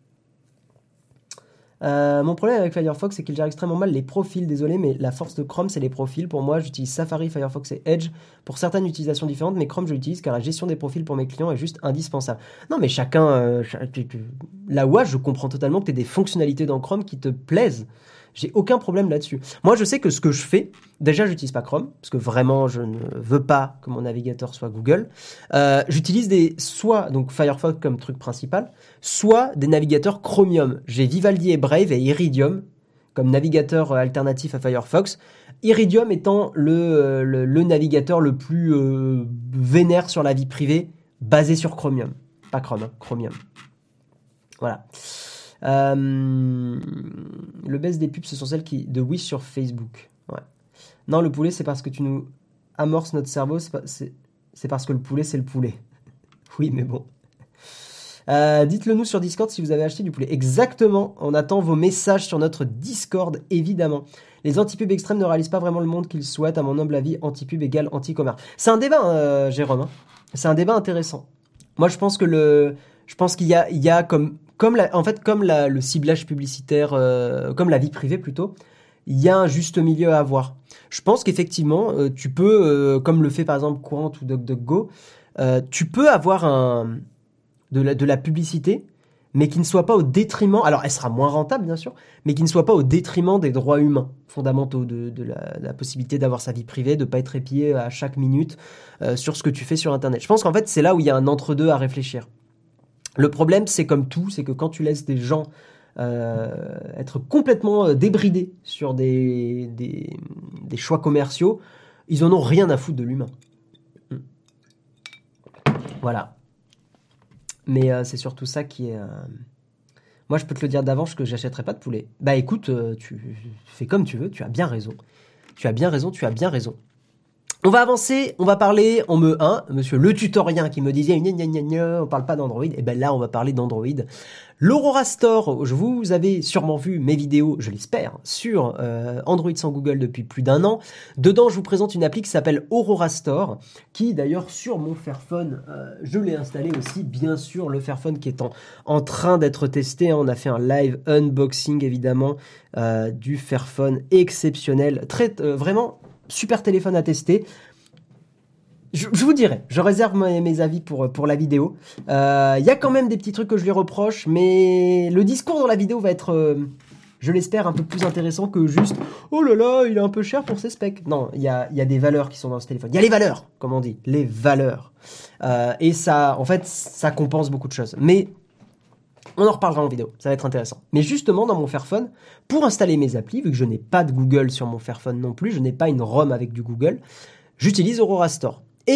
Mon problème avec Firefox, c'est qu'il gère extrêmement mal les profils. Désolé, mais la force de Chrome, c'est les profils. Pour moi, j'utilise Safari, Firefox et Edge pour certaines utilisations différentes, mais Chrome, je l'utilise car la gestion des profils pour mes clients est juste indispensable. Non, mais chacun... Là où je comprends totalement que tu aies des fonctionnalités dans Chrome qui te plaisent. J'ai aucun problème là-dessus. Moi, je sais que ce que je fais, déjà, j'utilise pas Chrome, parce que vraiment, je ne veux pas que mon navigateur soit Google. J'utilise soit donc Firefox comme truc principal, soit des navigateurs Chromium. J'ai Vivaldi et Brave et Iridium comme navigateur alternatif à Firefox. Iridium étant le navigateur le plus vénère sur la vie privée, basé sur Chromium. Pas Chrome, hein, Chromium. Voilà. Le best des pubs, ce sont celles de Wish sur Facebook. Ouais. Non, le poulet, c'est parce que tu nous amorces notre cerveau. C'est parce que le poulet, c'est le poulet. Oui, mais bon. Dites-le nous sur Discord si vous avez acheté du poulet. Exactement. On attend vos messages sur notre Discord, évidemment. Les anti-pubs extrêmes ne réalisent pas vraiment le monde qu'ils souhaitent. À mon humble avis, anti-pub égale anti-commerce. C'est un débat, Jérôme. Hein. C'est un débat intéressant. Moi, je pense qu'il y a comme le ciblage publicitaire, comme la vie privée plutôt, il y a un juste milieu à avoir. Je pense qu'effectivement, tu peux, comme le fait par exemple Quant ou DuckDuckGo, tu peux avoir de la publicité, mais qui ne soit pas au détriment, alors elle sera moins rentable bien sûr, mais qui ne soit pas au détriment des droits humains fondamentaux, de la possibilité d'avoir sa vie privée, de ne pas être épié à chaque minute sur ce que tu fais sur Internet. Je pense qu'en fait, c'est là où il y a un entre-deux à réfléchir. Le problème, c'est comme tout, c'est que quand tu laisses des gens être complètement débridés sur des choix commerciaux, ils en ont rien à foutre de l'humain. Voilà. Mais c'est surtout ça qui est... Moi, je peux te le dire d'avance que j'achèterai pas de poulet. Bah écoute, tu fais comme tu veux, tu as bien raison. Tu as bien raison. On va avancer, on va parler, monsieur le tutorien qui me disait on parle pas d'Android, et ben là on va parler d'Android. L'Aurora Store, vous avez sûrement vu mes vidéos, je l'espère, sur Android sans Google depuis plus d'1 an. Dedans je vous présente une appli qui s'appelle Aurora Store, qui d'ailleurs sur mon Fairphone, je l'ai installé aussi, bien sûr, le Fairphone qui est en train d'être testé. On a fait un live unboxing évidemment du Fairphone exceptionnel, vraiment... Super téléphone à tester. Je vous dirai, je réserve mes avis pour la vidéo. Y a quand même des petits trucs que je lui reproche, mais le discours dans la vidéo va être, je l'espère, un peu plus intéressant que juste « Oh là là, il est un peu cher pour ses specs ». Non, il y a des valeurs qui sont dans ce téléphone. Il y a les valeurs, comme on dit, les valeurs. Et ça, en fait, ça compense beaucoup de choses. Mais... on en reparlera en vidéo, ça va être intéressant. Mais justement, dans mon Fairphone, pour installer mes applis, vu que je n'ai pas de Google sur mon Fairphone non plus, je n'ai pas une ROM avec du Google, j'utilise Aurora Store. Et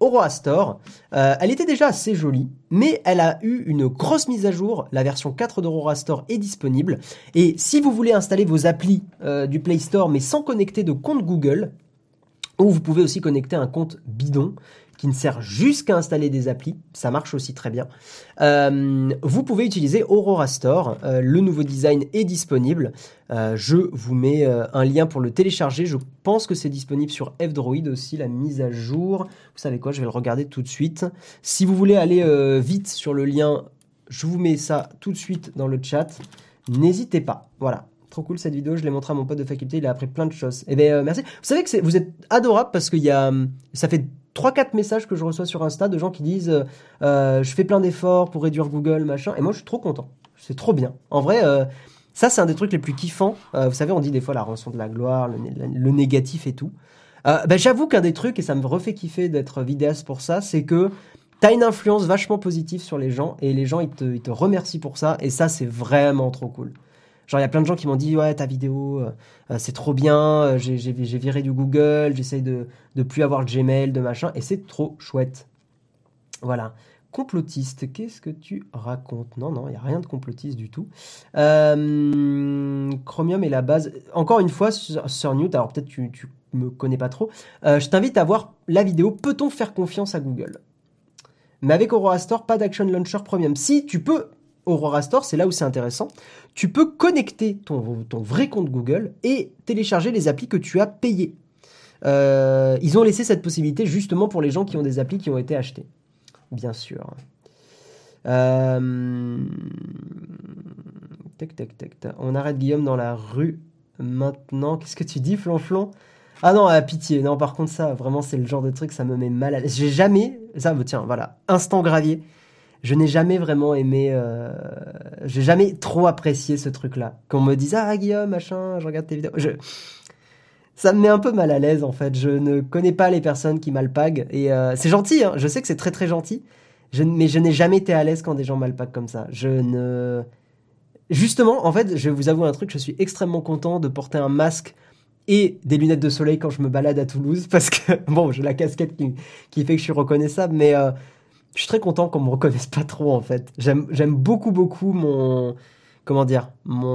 Aurora Store. Elle était déjà assez jolie, mais elle a eu une grosse mise à jour. La version 4 d'Aurora Store est disponible. Et si vous voulez installer vos applis du Play Store, mais sans connecter de compte Google, ou vous pouvez aussi connecter un compte bidon qui ne sert juste qu'à installer des applis, ça marche aussi très bien. Vous pouvez utiliser Aurora Store, le nouveau design est disponible. Je vous mets un lien pour le télécharger, je pense que c'est disponible sur F-Droid aussi, la mise à jour. Vous savez quoi, je vais le regarder tout de suite. Si vous voulez aller vite sur le lien, je vous mets ça tout de suite dans le chat. N'hésitez pas, voilà. Trop cool cette vidéo, je l'ai montré à mon pote de faculté, il a appris plein de choses. Eh bien, merci. Vous savez que vous êtes adorable parce qu'il y a, ça fait 3-4 messages que je reçois sur Insta de gens qui disent je fais plein d'efforts pour réduire Google, machin. Et moi, je suis trop content. C'est trop bien. En vrai, ça, c'est un des trucs les plus kiffants. Vous savez, on dit des fois la rançon de la gloire, le négatif et tout. J'avoue qu'un des trucs, et ça me refait kiffer d'être vidéaste pour ça, c'est que t'as une influence vachement positive sur les gens et les gens, ils te remercient pour ça. Et ça, c'est vraiment trop cool. Genre, il y a plein de gens qui m'ont dit, ouais, ta vidéo, c'est trop bien, j'ai viré du Google, j'essaye de plus avoir de Gmail, de machin, et c'est trop chouette. Voilà. Complotiste, qu'est-ce que tu racontes? Non, il n'y a rien de complotiste du tout. Chromium est la base. Encore une fois, sur Newt, alors peut-être tu me connais pas trop, je t'invite à voir la vidéo, peut-on faire confiance à Google? Mais avec Aurora Store, pas d'Action Launcher Premium. Si, tu peux... Aurora Store, c'est là où c'est intéressant. Tu peux connecter ton vrai compte Google et télécharger les applis que tu as payées. Ils ont laissé cette possibilité justement pour les gens qui ont des applis qui ont été achetées. Bien sûr. Tac. On arrête Guillaume dans la rue maintenant. Qu'est-ce que tu dis, Flonflon? Ah non, pitié. Non, par contre, ça, vraiment, c'est le genre de truc, ça me met mal à l'aise. J'ai jamais... Ça, tiens, voilà. Instant gravier. Je n'ai jamais vraiment aimé, j'ai jamais trop apprécié ce truc-là. Qu'on me dise, ah Guillaume, machin, je regarde tes vidéos. Ça me met un peu mal à l'aise en fait. Je ne connais pas les personnes qui m'alpaguent. Et c'est gentil, hein. Je sais que c'est très très gentil. Mais je n'ai jamais été à l'aise quand des gens m'alpaguent comme ça. Justement, en fait, je vais vous avouer un truc, je suis extrêmement content de porter un masque et des lunettes de soleil quand je me balade à Toulouse. Parce que, bon, j'ai la casquette qui fait que je suis reconnaissable, mais... je suis très content qu'on me reconnaisse pas trop en fait. J'aime beaucoup mon comment dire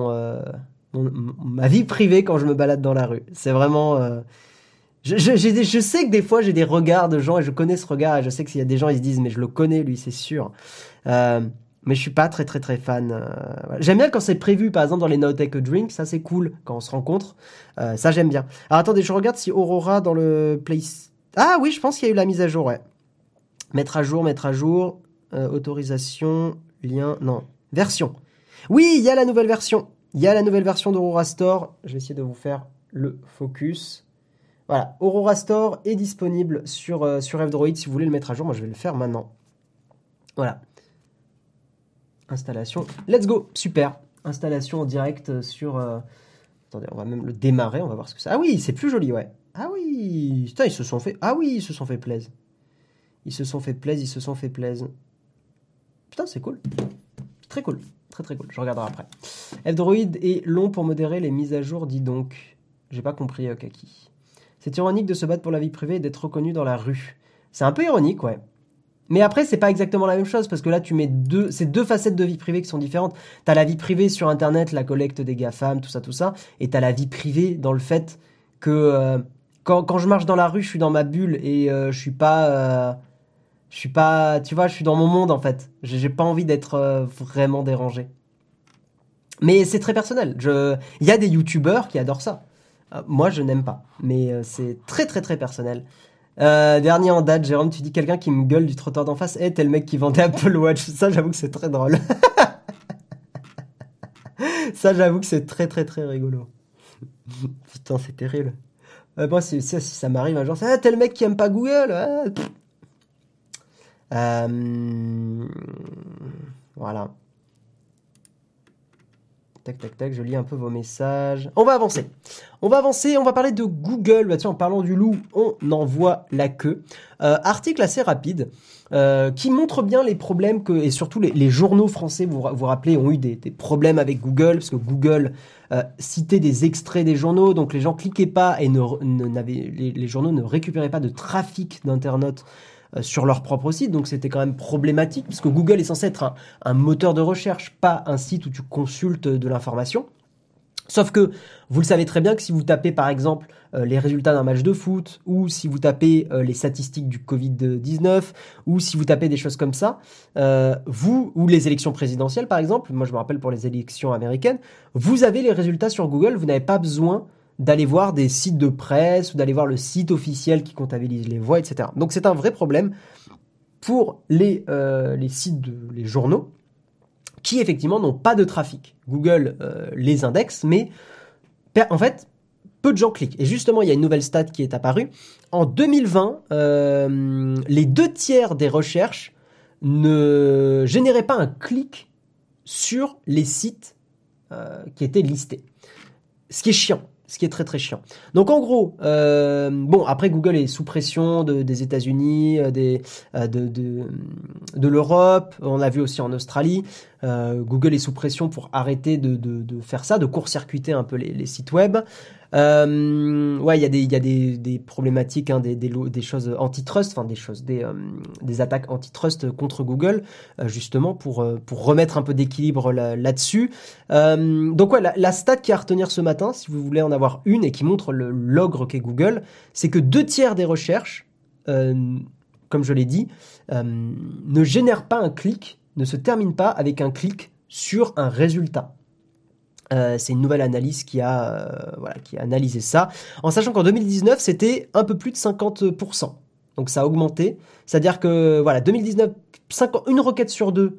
ma vie privée quand je me balade dans la rue. C'est vraiment je sais que des fois j'ai des regards de gens et je connais ce regard et je sais que s'il y a des gens ils se disent mais je le connais lui c'est sûr. Mais je suis pas très très très fan. Voilà. J'aime bien quand c'est prévu par exemple dans les No Take a Drink, ça c'est cool quand on se rencontre. Ça j'aime bien. Alors attendez, je regarde si Aurora dans le Play. Ah oui, je pense qu'il y a eu la mise à jour, ouais. Mettre à jour, autorisation, lien, non, version. Oui, il y a la nouvelle version. Il y a la nouvelle version d'Aurora Store. Je vais essayer de vous faire le focus. Voilà, Aurora Store est disponible sur F-Droid. Si vous voulez le mettre à jour, moi je vais le faire maintenant. Voilà. Installation. Let's go. Super. Installation en direct sur... Attendez, on va même le démarrer. On va voir ce que c'est. Ah oui, c'est plus joli, ouais. Ah oui. Putain, ils se sont fait... Ah oui, ils se sont fait plaisir. Ils se sont fait plaisir. Putain, c'est cool. Très cool. Très très cool. Je regarderai après. F-Droid est long pour modérer les mises à jour, dis donc. J'ai pas compris, Kaki. C'est ironique de se battre pour la vie privée et d'être reconnu dans la rue. C'est un peu ironique, ouais. Mais après, c'est pas exactement la même chose, parce que là, tu mets c'est deux facettes de vie privée qui sont différentes. T'as la vie privée sur Internet, la collecte des GAFAM, tout ça, et t'as la vie privée dans le fait que quand je marche dans la rue, je suis dans ma bulle et je suis pas, tu vois, je suis dans mon monde en fait. J'ai pas envie d'être vraiment dérangé. Mais c'est très personnel. Il y a des youtubeurs qui adorent ça. Moi, je n'aime pas. Mais c'est très très très personnel. Dernier en date, Jérôme, tu dis quelqu'un qui me gueule du trottoir d'en face. T'es le mec qui vendait Apple Watch. Ça, j'avoue que c'est très drôle. Ça, j'avoue que c'est très très très rigolo. Putain, c'est terrible. Moi, si ça m'arrive un jour, c'est t'es le mec qui aime pas Google. Voilà. Tac, je lis un peu vos messages. On va avancer, on va parler de Google. Bah, tiens, en parlant du loup, on en voit la queue. Article assez rapide qui montre bien les problèmes que, et surtout les journaux français, vous vous rappelez, ont eu des problèmes avec Google, parce que Google citait des extraits des journaux, donc les gens cliquaient pas et les journaux ne récupéraient pas de trafic d'internautes sur leur propre site, donc c'était quand même problématique, parce que Google est censé être un moteur de recherche, pas un site où tu consultes de l'information. Sauf que vous le savez très bien que si vous tapez par exemple les résultats d'un match de foot, ou si vous tapez les statistiques du Covid-19, ou si vous tapez des choses comme ça, ou les élections présidentielles par exemple, moi je me rappelle pour les élections américaines, vous avez les résultats sur Google, vous n'avez pas besoin d'aller voir des sites de presse, ou d'aller voir le site officiel qui comptabilise les voix, etc. Donc c'est un vrai problème pour les sites, les journaux, qui effectivement n'ont pas de trafic. Google les indexe, mais en fait, peu de gens cliquent. Et justement, il y a une nouvelle stat qui est apparue. En 2020, les 2/3 des recherches ne généraient pas un clic sur les sites qui étaient listés. Ce qui est chiant. Ce qui est très très chiant. Donc en gros, bon après Google est sous pression des États-Unis, de l'Europe, on l'a vu aussi en Australie. Google est sous pression pour arrêter de faire ça, de court-circuiter un peu les sites web. Ouais, il y a des problématiques, hein, des choses antitrust, enfin des attaques antitrust contre Google, justement pour remettre un peu d'équilibre là-dessus. Donc ouais, la stat qui est à retenir ce matin, si vous voulez en avoir une et qui montre l'ogre qu'est Google, c'est que 2/3 des recherches, comme je l'ai dit, ne génèrent pas un clic, ne se terminent pas avec un clic sur un résultat. C'est une nouvelle analyse qui a analysé ça, en sachant qu'en 2019, c'était un peu plus de 50%. Donc ça a augmenté. C'est-à-dire que, voilà, 2019, une requête sur deux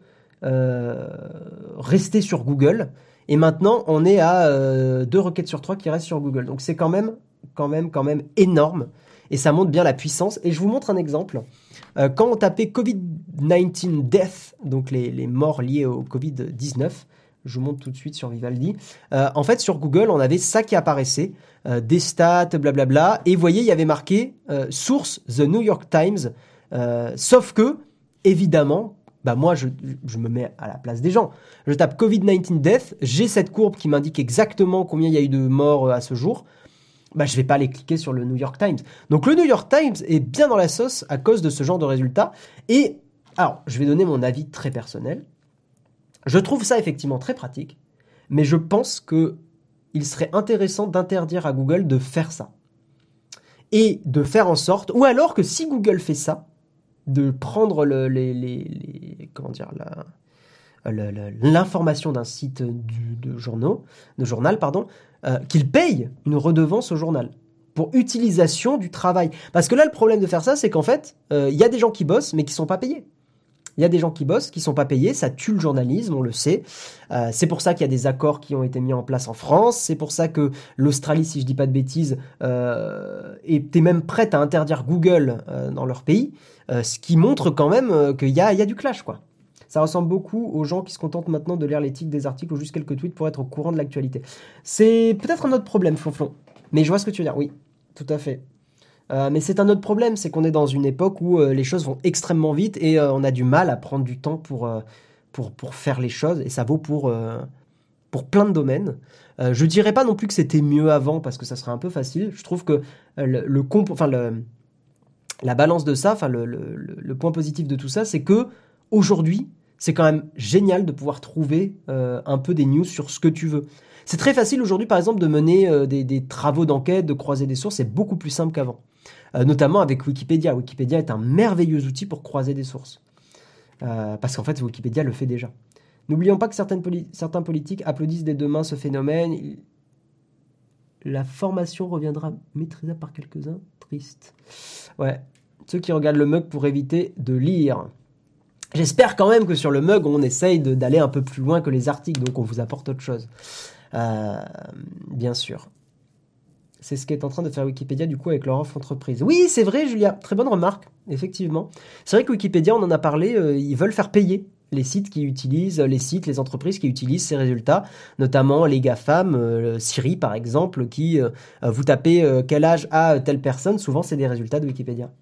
restait sur Google. Et maintenant, on est à 2 requêtes sur 3 qui restent sur Google. Donc c'est quand même énorme. Et ça montre bien la puissance. Et je vous montre un exemple. Quand on tapait Covid-19 death, donc les morts liées au Covid-19, je vous montre tout de suite sur Vivaldi. En fait, sur Google, on avait ça qui apparaissait, des stats, blablabla. Et vous voyez, il y avait marqué source The New York Times. Sauf que, évidemment, bah moi, je me mets à la place des gens. Je tape Covid-19 death, j'ai cette courbe qui m'indique exactement combien il y a eu de morts à ce jour. Bah, je vais pas aller cliquer sur le New York Times. Donc, le New York Times est bien dans la sauce à cause de ce genre de résultats. Et, alors, je vais donner mon avis très personnel. Je trouve ça effectivement très pratique, mais je pense qu'il serait intéressant d'interdire à Google de faire ça. Et de faire en sorte, ou alors que si Google fait ça, de prendre l'information d'un site de journal, qu'il paye une redevance au journal pour utilisation du travail. Parce que là, le problème de faire ça, c'est qu'en fait, il y a des gens qui bossent, mais qui ne sont pas payés. Il y a des gens qui bossent, qui sont pas payés, ça tue le journalisme, on le sait. C'est pour ça qu'il y a des accords qui ont été mis en place en France. C'est pour ça que l'Australie, si je dis pas de bêtises, était même prête à interdire Google dans leur pays, ce qui montre quand même qu'il y a du clash, quoi. Ça ressemble beaucoup aux gens qui se contentent maintenant de lire les titres des articles ou juste quelques tweets pour être au courant de l'actualité. C'est peut-être un autre problème, Flonflon. Mais je vois ce que tu veux dire, oui, tout à fait. Mais c'est un autre problème, c'est qu'on est dans une époque où les choses vont extrêmement vite et on a du mal à prendre du temps pour faire les choses, et ça vaut pour plein de domaines. Je dirais pas non plus que c'était mieux avant parce que ça serait un peu facile. Je trouve que la balance de ça, le point positif de tout ça, c'est que aujourd'hui, c'est quand même génial de pouvoir trouver un peu des news sur ce que tu veux. C'est très facile aujourd'hui, par exemple, de mener des travaux d'enquête, de croiser des sources. C'est beaucoup plus simple qu'avant. Notamment avec Wikipédia. Wikipédia est un merveilleux outil pour croiser des sources. Parce qu'en fait, Wikipédia le fait déjà. N'oublions pas que certains politiques applaudissent dès demain ce phénomène. La formation reviendra maîtrisable par quelques-uns. Triste. Ouais. Ceux qui regardent le mug pour éviter de lire. J'espère quand même que sur le mug, on essaye d'aller un peu plus loin que les articles. Donc, on vous apporte autre chose. Bien sûr. C'est ce qu'est en train de faire Wikipédia du coup avec leur offre entreprise. Oui, c'est vrai, Julia. Très bonne remarque, effectivement. C'est vrai que Wikipédia, on en a parlé, ils veulent faire payer les sites qui utilisent, les entreprises qui utilisent ces résultats, notamment les GAFAM, Siri par exemple, qui vous tapez quel âge a telle personne, souvent c'est des résultats de Wikipédia.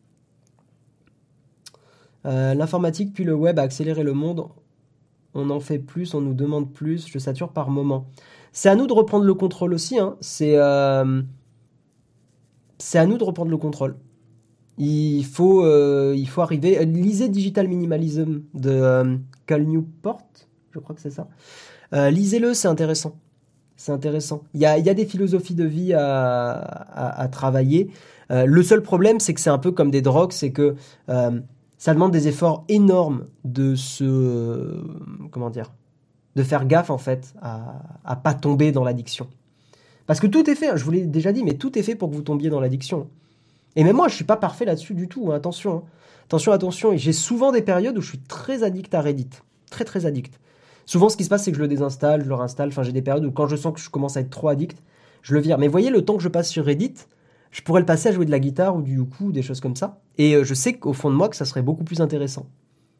L'informatique puis le web a accéléré le monde. On en fait plus, on nous demande plus, je sature par moment. C'est à nous de reprendre le contrôle aussi, hein. C'est à nous de reprendre le contrôle. Il faut arriver. Lisez Digital Minimalism de Cal Newport, je crois que c'est ça. Lisez-le, c'est intéressant. C'est intéressant. Il y a des philosophies de vie à travailler. Le seul problème, c'est que c'est un peu comme des drogues, c'est que ça demande des efforts énormes comment dire, de faire gaffe en fait à pas tomber dans l'addiction. Parce que tout est fait, je vous l'ai déjà dit, mais tout est fait pour que vous tombiez dans l'addiction. Et même moi, je suis pas parfait là-dessus du tout, hein, attention. Hein. Attention. Et j'ai souvent des périodes où je suis très addict à Reddit. Très, très addict. Souvent, ce qui se passe, c'est que je le désinstalle, je le réinstalle. Enfin, j'ai des périodes où quand je sens que je commence à être trop addict, je le vire. Mais voyez, le temps que je passe sur Reddit, je pourrais le passer à jouer de la guitare ou du uku, des choses comme ça. Et je sais qu'au fond de moi, que ça serait beaucoup plus intéressant.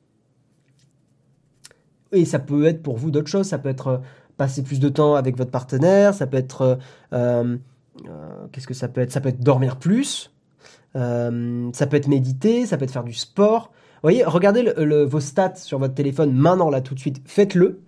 Et ça peut être pour vous d'autres choses. Ça peut être passer plus de temps avec votre partenaire. Ça peut être... qu'est-ce que ça peut être? Ça peut être dormir plus. Ça peut être méditer. Ça peut être faire du sport. Vous voyez, regardez vos stats sur votre téléphone maintenant, là, tout de suite. Faites-le.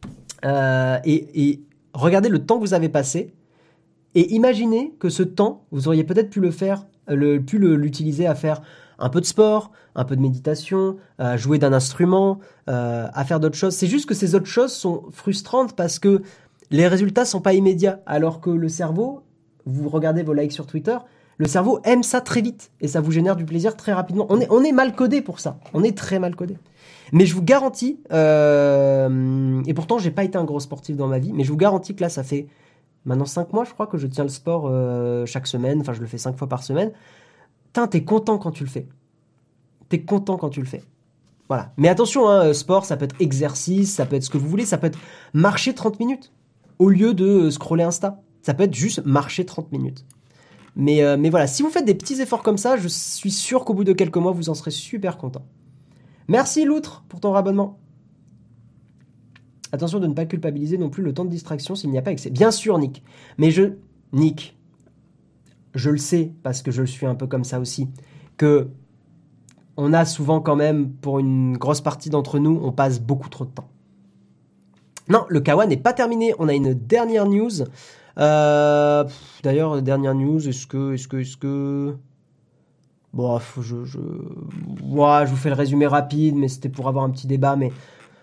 Et regardez le temps que vous avez passé. Et imaginez que ce temps, vous auriez peut-être pu l'utiliser à faire un peu de sport, un peu de méditation, à jouer d'un instrument, à faire d'autres choses. C'est juste que ces autres choses sont frustrantes parce que les résultats sont pas immédiats. Alors que le cerveau, vous regardez vos likes sur Twitter, le cerveau aime ça très vite et ça vous génère du plaisir très rapidement. On est mal codé pour ça. On est très mal codé. Mais je vous garantis, et pourtant j'ai pas été un gros sportif dans ma vie, mais je vous garantis que là ça fait maintenant 5 mois je crois que je tiens le sport chaque semaine, enfin je le fais 5 fois par semaine. Putain, t'es content quand tu le fais. T'es content quand tu le fais. Voilà. Mais attention, hein, sport ça peut être exercice, ça peut être ce que vous voulez, ça peut être marcher 30 minutes au lieu de scroller Insta. Ça peut être juste marcher 30 minutes. Mais voilà, si vous faites des petits efforts comme ça, je suis sûr qu'au bout de quelques mois, vous en serez super content. Merci Loutre pour ton rabonnement. Attention de ne pas culpabiliser non plus le temps de distraction s'il n'y a pas excès. Bien sûr, Nick. Mais Nick, je le sais, parce que je le suis un peu comme ça aussi, que on a souvent quand même, pour une grosse partie d'entre nous, on passe beaucoup trop de temps. Non, le Kawa n'est pas terminé. On a une dernière news. D'ailleurs, dernière news, est-ce que... Bon, je vous fais le résumé rapide, mais c'était pour avoir un petit débat, mais...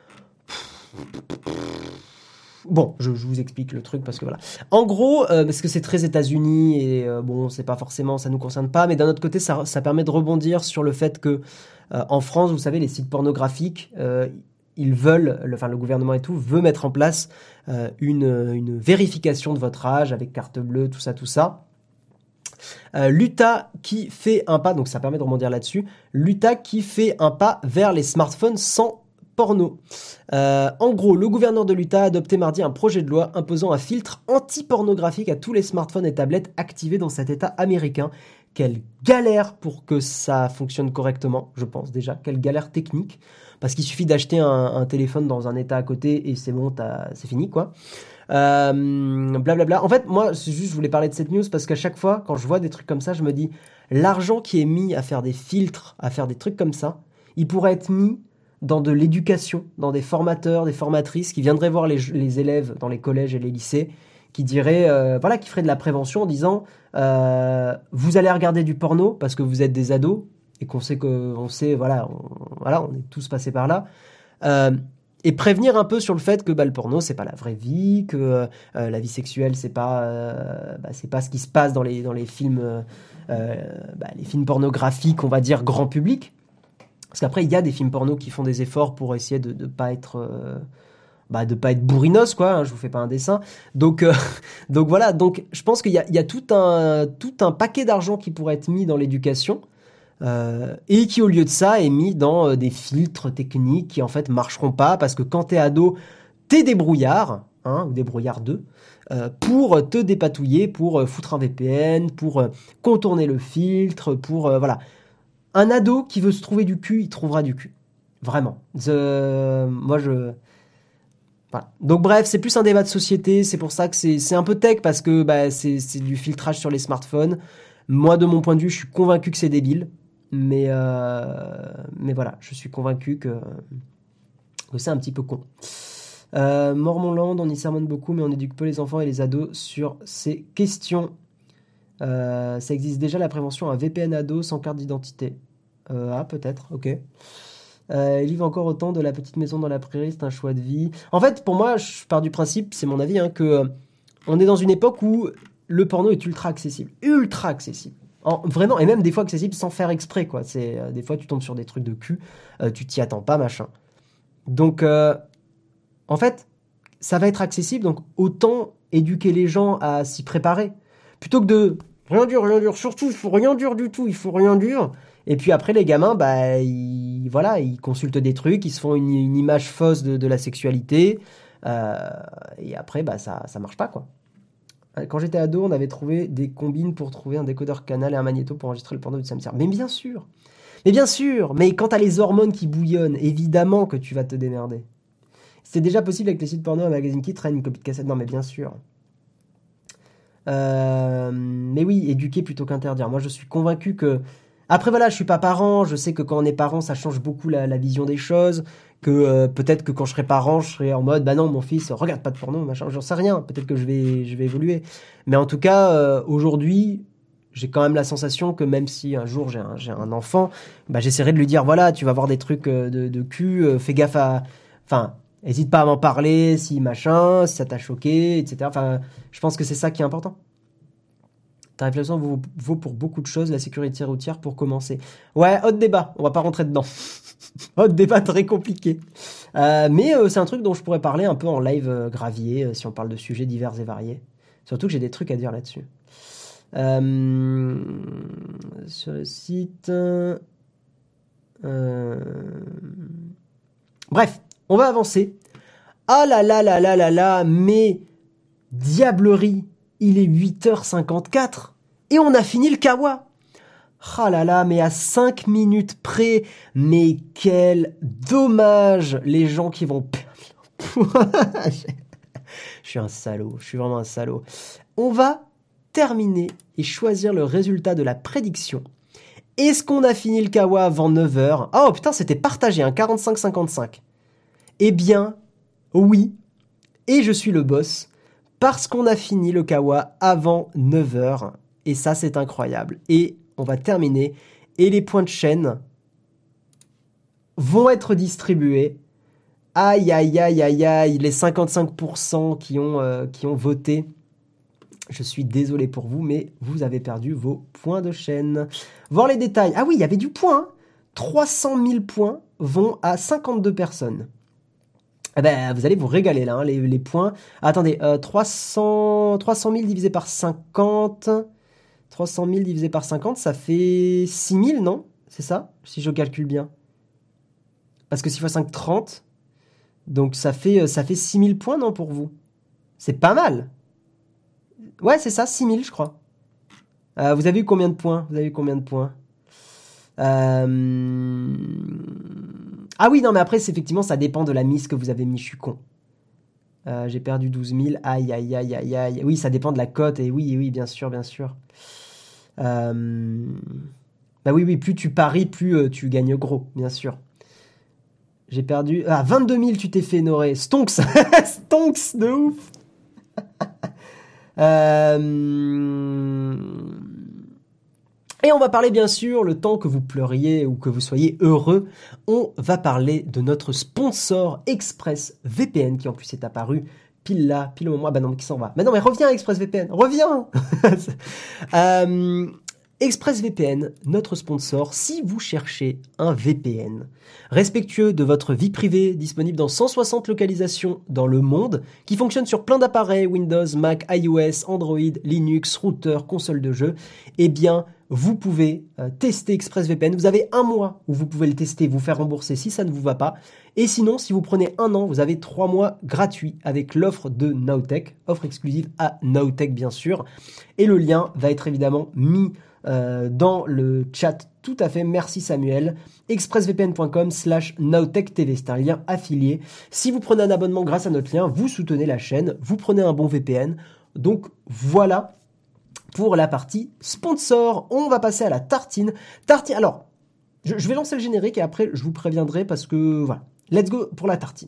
Bon, je vous explique le truc parce que voilà. En gros, parce que c'est très États-Unis et bon, c'est pas forcément, ça nous concerne pas, mais d'un autre côté, ça permet de rebondir sur le fait que en France, vous savez, les sites pornographiques, ils veulent, le gouvernement et tout, veut mettre en place une vérification de votre âge avec carte bleue, tout ça. L'Utah qui fait un pas, donc ça permet de rebondir là-dessus, l'Utah qui fait un pas vers les smartphones sans porno. En gros, le gouverneur de l'Utah a adopté mardi un projet de loi imposant un filtre anti-pornographique à tous les smartphones et tablettes activés dans cet État américain. Quelle galère pour que ça fonctionne correctement, je pense déjà. Quelle galère technique. Parce qu'il suffit d'acheter un téléphone dans un État à côté et c'est bon, c'est fini, quoi. Blablabla. En fait, moi, c'est juste, je voulais parler de cette news parce qu'à chaque fois, quand je vois des trucs comme ça, je me dis, l'argent qui est mis à faire des filtres, à faire des trucs comme ça, il pourrait être mis dans de l'éducation, dans des formateurs, des formatrices qui viendraient voir les élèves dans les collèges et les lycées, qui diraient, qui feraient de la prévention en disant, vous allez regarder du porno parce que vous êtes des ados et on est tous passés par là. Et prévenir un peu sur le fait que le porno c'est pas la vraie vie, que la vie sexuelle c'est pas ce qui se passe dans les films les films pornographiques, on va dire grand public. Parce qu'après il y a des films porno qui font des efforts pour essayer de pas être bourrinos, quoi, hein, je vous fais pas un dessin. Donc voilà, donc je pense qu'il y a tout un paquet d'argent qui pourrait être mis dans l'éducation. Et qui au lieu de ça est mis dans des filtres techniques qui en fait marcheront pas parce que quand t'es ado, t'es débrouillard, hein, ou débrouillard 2, pour te dépatouiller, pour foutre un VPN, pour contourner le filtre, pour voilà. Un ado qui veut se trouver du cul, il trouvera du cul. Vraiment. Voilà. Donc bref, c'est plus un débat de société, c'est pour ça que c'est un peu tech parce que c'est du filtrage sur les smartphones. Moi, de mon point de vue, je suis convaincu que c'est débile. Mais voilà, je suis convaincu que c'est un petit peu con. Mormonland, on y sermonne beaucoup, mais on éduque peu les enfants et les ados sur ces questions. Ça existe déjà la prévention à VPN ado sans carte d'identité. Peut-être, ok. Il vivent encore autant de la petite maison dans la prairie, c'est un choix de vie. En fait, pour moi, je pars du principe, c'est mon avis, hein, que on est dans une époque où le porno est ultra accessible. Ultra accessible. Vraiment, et même des fois accessible sans faire exprès, quoi. Des fois, tu tombes sur des trucs de cul, tu t'y attends pas, machin. Donc, en fait, ça va être accessible, donc autant éduquer les gens à s'y préparer. Plutôt que de rien dur, surtout, il faut rien dur du tout, il faut rien dur. Et puis après, les gamins, ils consultent des trucs, ils se font une image fausse de la sexualité, et après, ça marche pas, quoi. Quand j'étais ado, on avait trouvé des combines pour trouver un décodeur canal et un magnéto pour enregistrer le porno du samedi. Mais bien sûr, mais quand t'as les hormones qui bouillonnent, évidemment que tu vas te démerder. C'est déjà possible avec les sites porno, un magazine qui traîne une copie de cassette. Non, mais bien sûr. Mais oui, éduquer plutôt qu'interdire. Moi, je suis convaincu que... Après, voilà, je suis pas parent. Je sais que quand on est parent, ça change beaucoup la vision des choses. Que peut-être que quand je serai parent, je serai en mode, bah non, mon fils, regarde pas de porno, machin. J'en sais rien. Peut-être que je vais évoluer. Mais en tout cas, aujourd'hui, j'ai quand même la sensation que même si un jour j'ai un enfant, j'essaierai de lui dire, voilà, tu vas voir des trucs de cul, fais gaffe à... Enfin, hésite pas à m'en parler, si machin, si ça t'a choqué, etc. Enfin, je pense que c'est ça qui est important. Ta réflexion vaut pour beaucoup de choses, la sécurité routière pour commencer. Ouais, autre débat, on va pas rentrer dedans. Autre débat très compliqué. Mais c'est un truc dont je pourrais parler un peu en live gravier, si on parle de sujets divers et variés. Surtout que j'ai des trucs à dire là-dessus. Sur le site... Bref, on va avancer. Ah là là là là là là, mais diablerie, il est 8h54 et on a fini le kawa. Ah là là, mais à 5 minutes près, mais quel dommage, les gens qui vont perdre. Je suis un salaud, je suis vraiment un salaud. On va terminer et choisir le résultat de la prédiction. Est-ce qu'on a fini le kawa avant 9h? Oh putain, c'était partagé, 45-55. Eh bien, oui, et je suis le boss, parce qu'on a fini le kawa avant 9h, et ça c'est incroyable. Et on va terminer, et les points de chaîne vont être distribués. Aïe, aïe, aïe, aïe, aïe, les 55% qui ont voté. Je suis désolé pour vous, mais vous avez perdu vos points de chaîne. Voir les détails. Ah oui, il y avait du point. Hein. 300 000 points vont à 52 personnes. Eh ben, vous allez vous régaler là, hein, les points. Attendez, 300 000 divisé par 50. 300 000 divisé par 50, ça fait 6 000, non? C'est ça? Si je calcule bien. Parce que 6 x 5, 30. Donc ça fait 6 000 points, non, pour vous? C'est pas mal. Ouais, c'est ça, 6 000, je crois. Vous avez eu combien de points? Ah oui, non, mais après, effectivement, ça dépend de la mise que vous avez mis, je suis con. J'ai perdu 12 000, aïe, aïe, aïe, aïe, aïe. Oui, ça dépend de la cote, et oui, bien sûr. Oui, plus tu paries, plus tu gagnes gros, bien sûr. J'ai perdu... 22 000, tu t'es fait honorer. Stonks Stonks, de ouf. Et on va parler bien sûr, le temps que vous pleuriez ou que vous soyez heureux, on va parler de notre sponsor ExpressVPN qui en plus est apparu pile là, pile au moment. Ah bah non, qui s'en va? Mais non, mais reviens ExpressVPN, reviens. ExpressVPN, notre sponsor, si vous cherchez un VPN respectueux de votre vie privée, disponible dans 160 localisations dans le monde, qui fonctionne sur plein d'appareils, Windows, Mac, iOS, Android, Linux, routeur, console de jeu, eh bien, vous pouvez tester ExpressVPN. Vous avez 1 mois où vous pouvez le tester, vous faire rembourser si ça ne vous va pas. Et sinon, si vous prenez 1 an, vous avez 3 mois gratuits avec l'offre de Nowtech, offre exclusive à Nowtech bien sûr. Et le lien va être évidemment mis dans le chat. Tout à fait, merci Samuel. expressvpn.com/nowtechtv, c'est un lien affilié. Si vous prenez un abonnement grâce à notre lien, vous soutenez la chaîne, vous prenez un bon VPN. Donc voilà pour la partie sponsor. On va passer à la tartine. Alors, je vais lancer le générique et après je vous préviendrai parce que voilà. Let's go pour la tartine.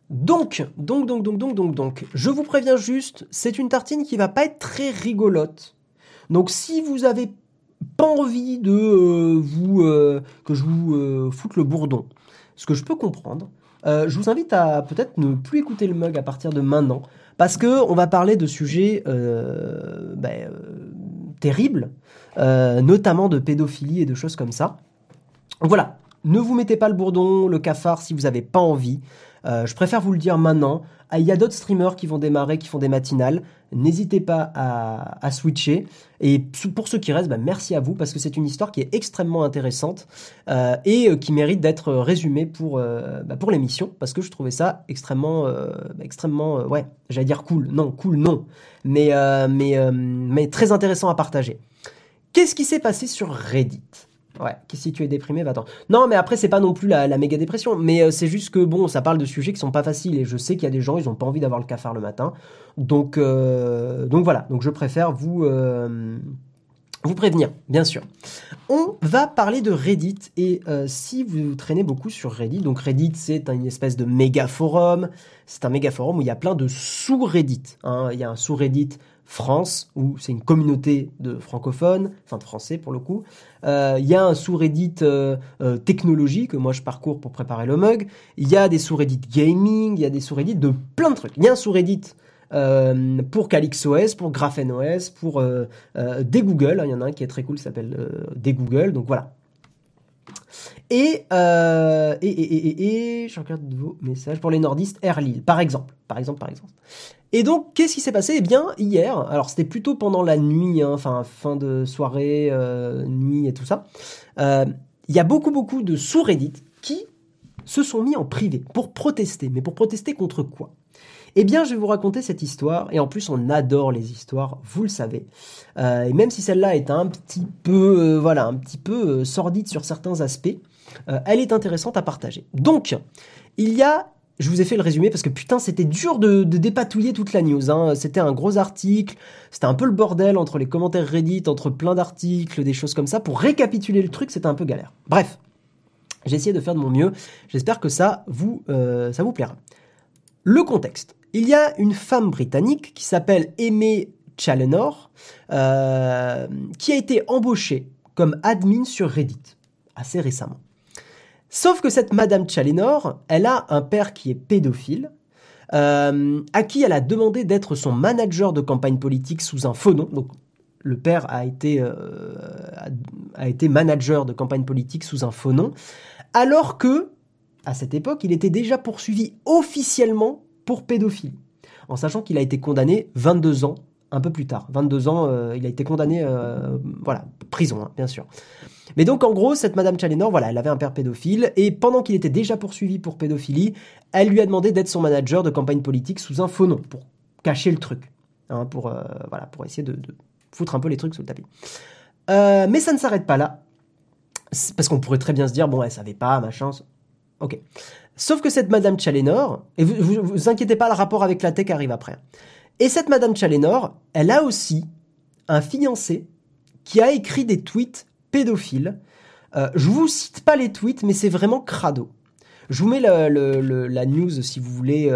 Donc, je vous préviens juste, c'est une tartine qui va pas être très rigolote. Donc, si vous avez pas envie de que je vous foute le bourdon, ce que je peux comprendre, je vous invite à peut-être ne plus écouter le mug à partir de maintenant, parce que on va parler de sujets terribles, notamment de pédophilie et de choses comme ça. Donc voilà, ne vous mettez pas le bourdon, le cafard si vous n'avez pas envie. Je préfère vous le dire maintenant. Il y a d'autres streamers qui vont démarrer, qui font des matinales. N'hésitez pas à switcher. Et pour ceux qui restent, merci à vous parce que c'est une histoire qui est extrêmement intéressante et qui mérite d'être résumée pour l'émission parce que je trouvais ça extrêmement, ouais, j'allais dire cool. Non, cool, non. Mais très intéressant à partager. Qu'est-ce qui s'est passé sur Reddit ? Ouais, si tu es déprimé, va-t'en. Non, mais après, c'est pas non plus la méga dépression, mais c'est juste que, bon, ça parle de sujets qui sont pas faciles, et je sais qu'il y a des gens, ils ont pas envie d'avoir le cafard le matin, donc voilà, donc je préfère vous prévenir, bien sûr. On va parler de Reddit, et si vous traînez beaucoup sur Reddit, donc Reddit, c'est une espèce de méga forum, c'est un méga forum où il y a plein de sous-Reddit, hein. Il y a un sous-Reddit France, où c'est une communauté de francophones, enfin de français pour le coup. Il y a un sous-Reddit technologie que moi je parcours pour préparer le mug. Il y a des sous-Reddit gaming, il y a des sous-Reddit de plein de trucs. Il y a un sous-Reddit pour CalyxOS, pour GrapheneOS, pour Degoogle. Il y en a un qui est très cool, qui s'appelle Degoogle. Donc voilà. Et je regarde vos messages pour les nordistes, Airlil, par exemple. Et donc, qu'est-ce qui s'est passé ? Eh bien, hier, alors c'était plutôt pendant la nuit, hein, enfin fin de soirée, nuit et tout ça, il y a beaucoup de sous-Reddit qui se sont mis en privé pour protester. Mais pour protester contre quoi ? Eh bien, je vais vous raconter cette histoire, et en plus, on adore les histoires, vous le savez. Et même si celle-là est un petit peu, sordide sur certains aspects, elle est intéressante à partager. Donc, je vous ai fait le résumé parce que putain, c'était dur de dépatouiller toute la news, hein. C'était un gros article, c'était un peu le bordel entre les commentaires Reddit, entre plein d'articles, des choses comme ça. Pour récapituler le truc, c'était un peu galère. Bref, j'ai essayé de faire de mon mieux. J'espère que ça vous plaira. Le contexte. Il y a une femme britannique qui s'appelle Aimée Challenor qui a été embauchée comme admin sur Reddit assez récemment. Sauf que cette Madame Challenor, elle a un père qui est pédophile, à qui elle a demandé d'être son manager de campagne politique sous un faux nom. Donc, le père a été manager de campagne politique sous un faux nom, alors que, à cette époque, il était déjà poursuivi officiellement pour pédophilie, en sachant qu'il a été condamné 22 ans, un peu plus tard. 22 ans, il a été condamné, prison, hein, bien sûr. Mais donc, en gros, cette Madame Challenor, elle avait un père pédophile, et pendant qu'il était déjà poursuivi pour pédophilie, elle lui a demandé d'être son manager de campagne politique sous un faux nom, pour cacher le truc, hein, pour essayer de foutre un peu les trucs sous le tapis. Mais ça ne s'arrête pas là, parce qu'on pourrait très bien se dire, bon, elle savait pas, machin... Ok. Sauf que cette Madame Challenor, et vous inquiétez pas, le rapport avec la tech arrive après. Et cette Madame Challenor, elle a aussi un fiancé qui a écrit des tweets pédophiles. Je vous cite pas les tweets, mais c'est vraiment crado. Je vous mets la news si vous voulez,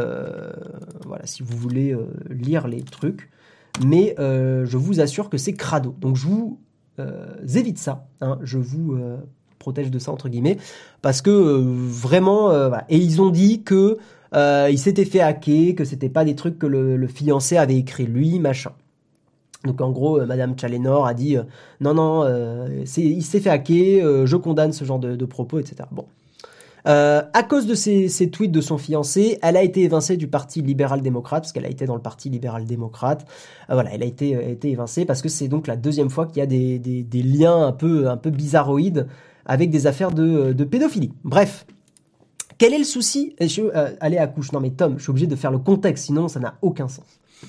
lire les trucs. Mais je vous assure que c'est crado. Donc je vous évite ça. Hein, je vous protège de ça entre guillemets parce que vraiment voilà. Et ils ont dit que il s'était fait hacker, que c'était pas des trucs que le fiancé avait écrit lui, machin. Donc en gros Madame Challenor a dit non il s'est fait hacker, je condamne ce genre de propos, etc. Bon. À cause de ces tweets de son fiancé, elle a été évincée du parti libéral-démocrate, parce qu'elle a été dans le parti libéral-démocrate. Elle a été évincée parce que c'est donc la deuxième fois qu'il y a des liens un peu bizarroïdes avec des affaires de pédophilie. Bref. Quel est le souci ? Allez à couche. Non mais Tom, je suis obligé de faire le contexte, sinon ça n'a aucun sens.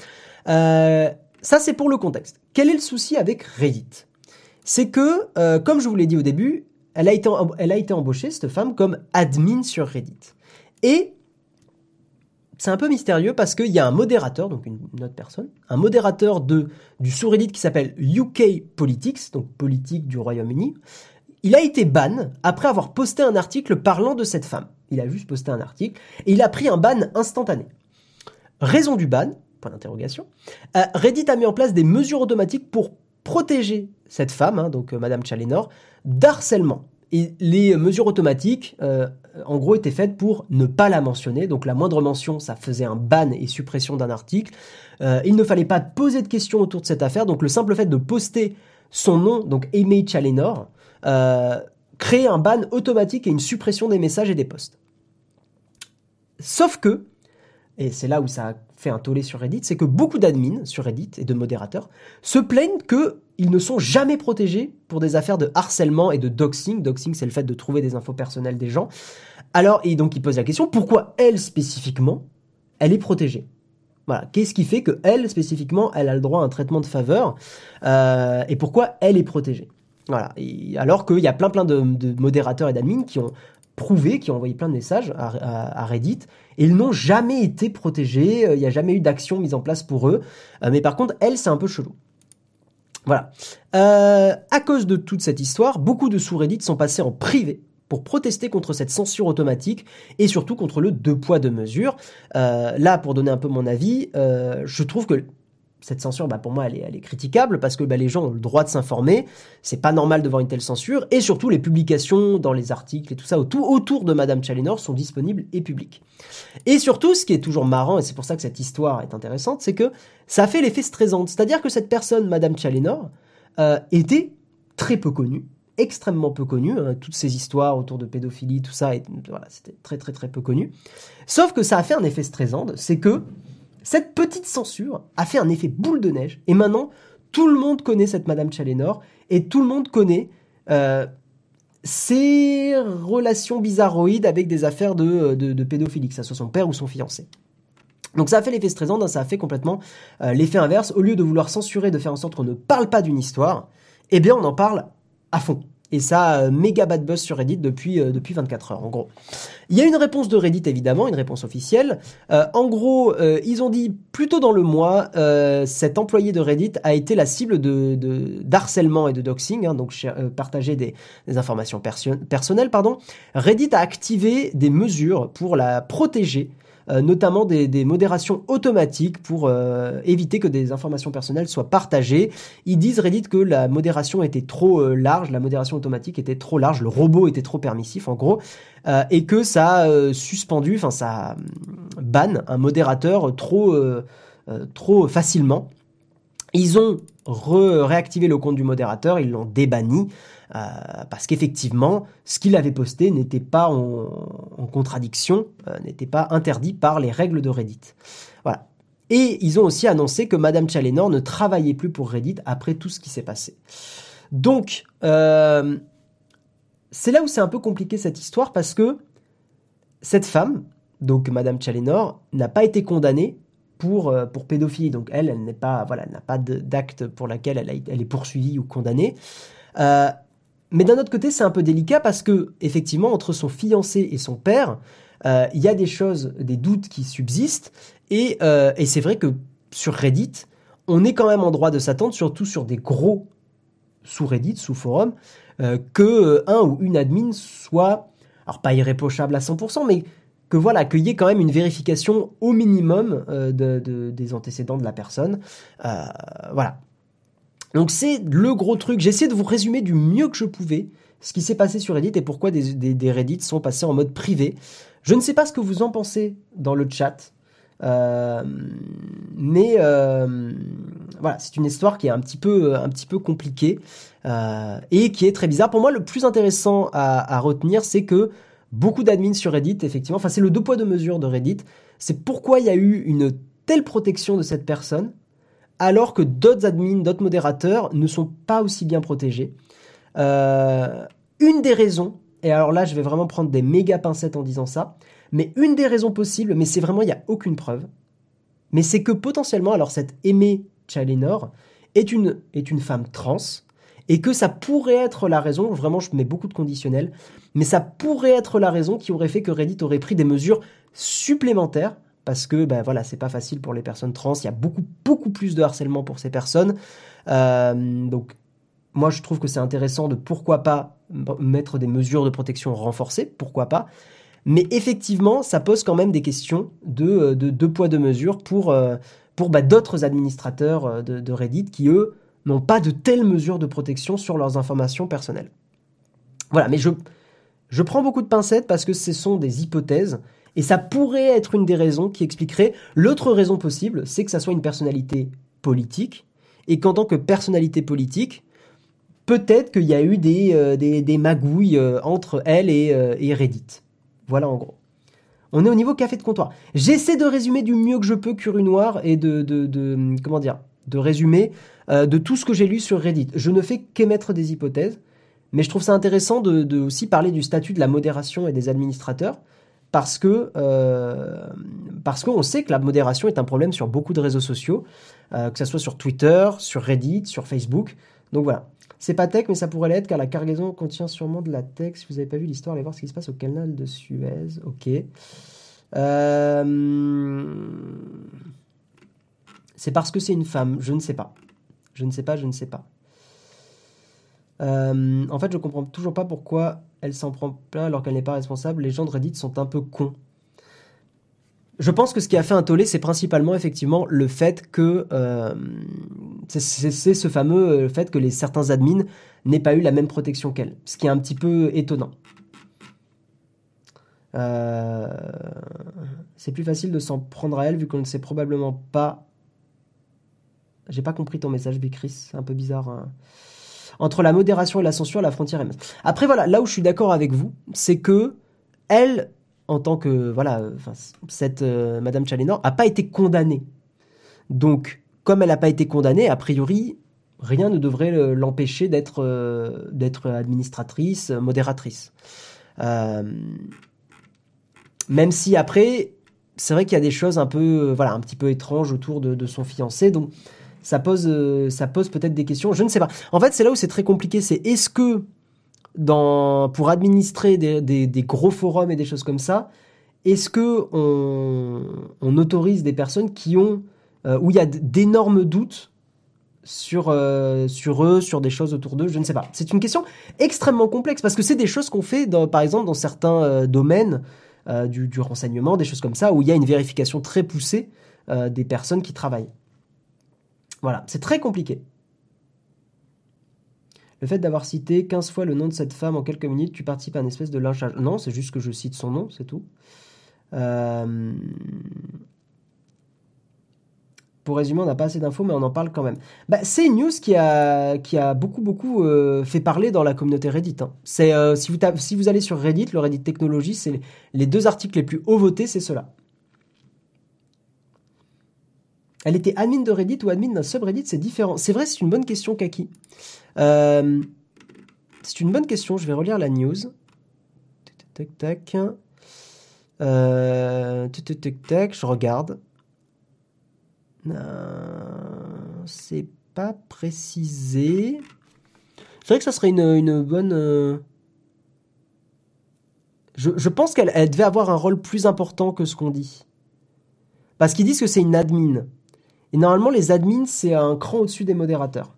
Ça c'est pour le contexte. Quel est le souci avec Reddit ? C'est que, comme je vous l'ai dit au début, elle a été embauchée, cette femme, comme admin sur Reddit. Et c'est un peu mystérieux parce qu'il y a un modérateur, donc une autre personne, un modérateur du sous-Reddit qui s'appelle UK Politics, donc politique du Royaume-Uni, il a été ban après avoir posté un article parlant de cette femme. Il a juste posté un article et il a pris un ban instantané. Raison du ban, point d'interrogation. Reddit a mis en place des mesures automatiques pour protéger cette femme, donc Madame Challenor, d'harcèlement. Et les mesures automatiques, en gros, étaient faites pour ne pas la mentionner. Donc la moindre mention, ça faisait un ban et suppression d'un article. Il ne fallait pas poser de questions autour de cette affaire. Donc le simple fait de poster son nom, donc Amy Challenor, créait un ban automatique et une suppression des messages et des posts. Sauf que, et c'est là où ça a fait un tollé sur Reddit, c'est que beaucoup d'admins sur Reddit et de modérateurs se plaignent qu'ils ne sont jamais protégés pour des affaires de harcèlement et de doxing. Doxing, c'est le fait de trouver des infos personnelles des gens. Alors, et donc ils posent la question, pourquoi elle spécifiquement, elle est protégée ? Voilà, qu'est-ce qui fait que elle spécifiquement, elle a le droit à un traitement de faveur et pourquoi elle est protégée ? Voilà, et alors qu'il y a plein de modérateurs et d'admins qui ont prouvé, qui ont envoyé plein de messages à Reddit, et ils n'ont jamais été protégés, il n'y a jamais eu d'action mise en place pour eux, mais par contre, elle, c'est un peu chelou. Voilà. À cause de toute cette histoire, beaucoup de sous-Reddit sont passés en privé pour protester contre cette censure automatique et surtout contre le 2 poids 2 mesures. Là, pour donner un peu mon avis, je trouve que cette censure, pour moi, elle est critiquable parce que les gens ont le droit de s'informer. C'est pas normal de voir une telle censure. Et surtout, les publications dans les articles et tout ça autour de Madame Challenor sont disponibles et publiques. Et surtout, ce qui est toujours marrant, et c'est pour ça que cette histoire est intéressante, c'est que ça a fait l'effet Streisand. C'est-à-dire que cette personne, Madame Challenor, était très peu connue, extrêmement peu connue. Toutes ces histoires autour de pédophilie, tout ça, voilà, c'était très très très peu connu. Sauf que ça a fait un effet Streisand, c'est que cette petite censure a fait un effet boule de neige, et maintenant, tout le monde connaît cette Madame Challenor, et tout le monde connaît ses relations bizarroïdes avec des affaires de pédophilie, que ça soit son père ou son fiancé. Donc ça a fait l'effet Streisand, ça a fait complètement l'effet inverse. Au lieu de vouloir censurer, de faire en sorte qu'on ne parle pas d'une histoire, eh bien on en parle à fond. Et ça a méga bad buzz sur Reddit depuis 24 heures, en gros. Il y a une réponse de Reddit, évidemment, une réponse officielle. En gros, ils ont dit, plus tôt dans le mois, cet employé de Reddit a été la cible d'harcèlement et de doxing, donc partager des informations personnelles. Reddit a activé des mesures pour la protéger, notamment des modérations automatiques pour éviter que des informations personnelles soient partagées. Ils disent, Reddit, que la modération était trop large, la modération automatique était trop large, le robot était trop permissif en gros, et que ça a suspendu, ça a ban un modérateur trop facilement. Ils ont réactivé le compte du modérateur, ils l'ont débanni, parce qu'effectivement, ce qu'il avait posté n'était pas en contradiction, n'était pas interdit par les règles de Reddit. Voilà. Et ils ont aussi annoncé que Madame Challenor ne travaillait plus pour Reddit après tout ce qui s'est passé. Donc, c'est là où c'est un peu compliqué cette histoire, parce que cette femme, donc Madame Challenor, n'a pas été condamnée pour pédophilie. Donc elle n'est pas, elle n'a pas d'acte pour laquelle elle est poursuivie ou condamnée. Mais d'un autre côté, c'est un peu délicat parce que, effectivement, entre son fiancé et son père, il y a des doutes qui subsistent. Et c'est vrai que sur Reddit, on est quand même en droit de s'attendre, surtout sur des gros sous-Reddit, sous-forums, que un ou une admin soit, alors pas irréprochable à 100%, mais qu'il y ait quand même une vérification au minimum des antécédents de la personne. Voilà. Donc c'est le gros truc. J'ai essayé de vous résumer du mieux que je pouvais ce qui s'est passé sur Reddit et pourquoi des Reddit sont passés en mode privé. Je ne sais pas ce que vous en pensez dans le chat, mais voilà, c'est une histoire qui est un petit peu compliquée et qui est très bizarre. Pour moi, le plus intéressant à retenir, c'est que beaucoup d'admins sur Reddit, effectivement, c'est le 2 poids 2 mesures de Reddit, c'est pourquoi il y a eu une telle protection de cette personne, alors que d'autres admins, d'autres modérateurs ne sont pas aussi bien protégés. Une des raisons, et alors là je vais vraiment prendre des méga pincettes en disant ça, mais une des raisons possibles, mais c'est vraiment, il n'y a aucune preuve, mais c'est que potentiellement, alors cette Amy Challenor est une femme trans, et que ça pourrait être la raison, vraiment je mets beaucoup de conditionnels, mais ça pourrait être la raison qui aurait fait que Reddit aurait pris des mesures supplémentaires, parce que c'est pas facile pour les personnes trans, il y a beaucoup plus de harcèlement pour ces personnes, donc moi je trouve que c'est intéressant de pourquoi pas mettre des mesures de protection renforcées, pourquoi pas. Mais effectivement, ça pose quand même des questions de deux poids, deux mesures pour d'autres administrateurs de Reddit qui, eux, n'ont pas de telles mesures de protection sur leurs informations personnelles. Voilà, mais je prends beaucoup de pincettes parce que ce sont des hypothèses et ça pourrait être une des raisons qui expliquerait. L'autre raison possible, c'est que ça soit une personnalité politique et qu'en tant que personnalité politique, peut-être qu'il y a eu des magouilles entre elle et Reddit. Voilà en gros. On est au niveau café de comptoir. J'essaie de résumer du mieux que je peux Curie Noir et de résumer de tout ce que j'ai lu sur Reddit. Je ne fais qu'émettre des hypothèses, mais je trouve ça intéressant de aussi parler du statut de la modération et des administrateurs parce qu'on sait que la modération est un problème sur beaucoup de réseaux sociaux, que ce soit sur Twitter, sur Reddit, sur Facebook. Donc voilà. C'est pas tech, mais ça pourrait l'être, car la cargaison contient sûrement de la tech. Si vous n'avez pas vu l'histoire, allez voir ce qui se passe au canal de Suez. Ok. C'est parce que c'est une femme. Je ne sais pas. Je ne sais pas. En fait, je comprends toujours pas pourquoi elle s'en prend plein alors qu'elle n'est pas responsable. Les gens de Reddit sont un peu cons. Je pense que ce qui a fait un tollé, c'est principalement effectivement le fait que c'est ce fameux fait que certains admins n'aient pas eu la même protection qu'elle, ce qui est un petit peu étonnant. C'est plus facile de s'en prendre à elle vu qu'on ne sait probablement pas. J'ai pas compris ton message, Bicris, c'est un peu bizarre. Hein. Entre la modération et la censure, la frontière est mince. Après voilà, là où je suis d'accord avec vous, c'est que elle, en tant que cette Madame Challenor a pas été condamnée. Donc, comme elle n'a pas été condamnée, a priori, rien ne devrait l'empêcher d'être administratrice, modératrice. Même si après, c'est vrai qu'il y a des choses un petit peu étranges autour de son fiancé, donc ça pose peut-être des questions. Je ne sais pas. En fait, c'est là où c'est très compliqué. C'est est-ce que pour administrer des gros forums et des choses comme ça, est-ce que on autorise des personnes qui ont où il y a d'énormes doutes sur eux, sur des choses autour d'eux, je ne sais pas. C'est une question extrêmement complexe parce que c'est des choses qu'on fait par exemple dans certains domaines du renseignement, des choses comme ça où il y a une vérification très poussée des personnes qui travaillent. Voilà, c'est très compliqué. Le fait d'avoir cité 15 fois le nom de cette femme en quelques minutes, tu participes à une espèce de lynchage. Non, c'est juste que je cite son nom, c'est tout. Pour résumer, on n'a pas assez d'infos, mais on en parle quand même. C'est une news qui a beaucoup fait parler dans la communauté Reddit. Hein. C'est, si vous allez sur Reddit, le Reddit Technologie, c'est les deux articles les plus haut votés, c'est ceux-là. Elle était admin de Reddit ou admin d'un subreddit, c'est différent. C'est vrai, c'est une bonne question, Kaki. C'est une bonne question, je vais relire la news. Tac, tac, tac. Je regarde. C'est pas précisé. C'est vrai que ça serait une bonne... Je pense qu'elle devait avoir un rôle plus important que ce qu'on dit. Parce qu'ils disent que c'est une admin. Et normalement, les admins, c'est un cran au-dessus des modérateurs.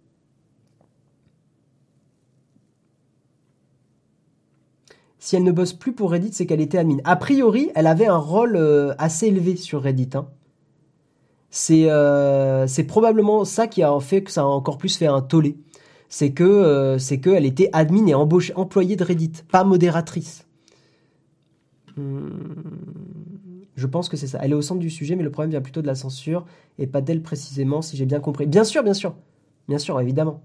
Si elle ne bosse plus pour Reddit, c'est qu'elle était admin. A priori, elle avait un rôle assez élevé sur Reddit. Hein. C'est probablement ça qui a fait que ça a encore plus fait un tollé. C'est qu'elle était admin et employée de Reddit, pas modératrice. Je pense que c'est ça. Elle est au centre du sujet, mais le problème vient plutôt de la censure et pas d'elle précisément, si j'ai bien compris. Bien sûr, évidemment.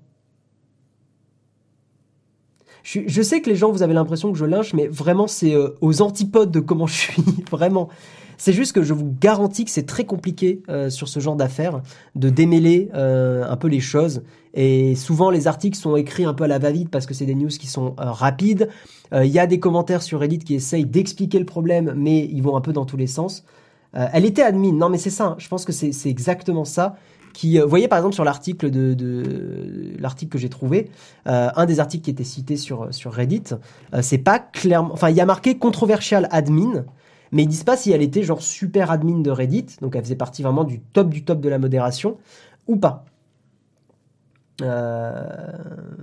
Je sais que les gens, vous avez l'impression que je lynche, mais vraiment, c'est aux antipodes de comment je suis, vraiment. C'est juste que je vous garantis que c'est très compliqué sur ce genre d'affaires de démêler un peu les choses. Et souvent, les articles sont écrits un peu à la va-vite parce que c'est des news qui sont rapides. Il y a des commentaires sur Reddit qui essayent d'expliquer le problème, mais ils vont un peu dans tous les sens. Elle était admin. Non, mais c'est ça. Je pense que c'est exactement ça. Vous voyez par exemple sur l'article l'article que j'ai trouvé, un des articles qui était cité sur Reddit, c'est pas clairement. Enfin, il y a marqué controversial admin. Mais ils disent pas si elle était genre super admin de Reddit, donc elle faisait partie vraiment du top de la modération, ou pas. Euh,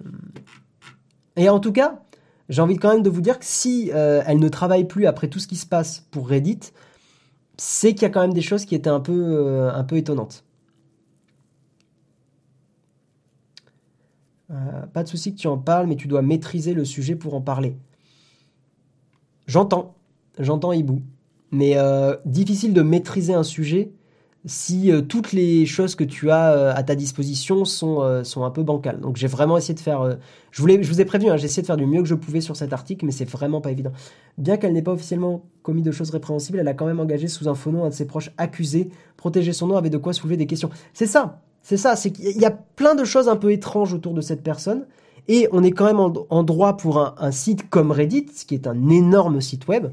Et en tout cas, j'ai envie quand même de vous dire que si elle ne travaille plus après tout ce qui se passe pour Reddit, c'est qu'il y a quand même des choses qui étaient un peu étonnantes. Pas de souci que tu en parles, mais tu dois maîtriser le sujet pour en parler. J'entends Hibou. Mais difficile de maîtriser un sujet si toutes les choses que tu as à ta disposition sont un peu bancales. Donc j'ai vraiment essayé de faire... je vous ai prévenu, hein, j'ai essayé de faire du mieux que je pouvais sur cet article, mais c'est vraiment pas évident. Bien qu'elle n'ait pas officiellement commis de choses répréhensibles, elle a quand même engagé sous un faux nom un de ses proches accusés. Protéger son nom avait de quoi soulever des questions. C'est qu'il y a plein de choses un peu étranges autour de cette personne, et on est quand même en droit pour un site comme Reddit, ce qui est un énorme site web,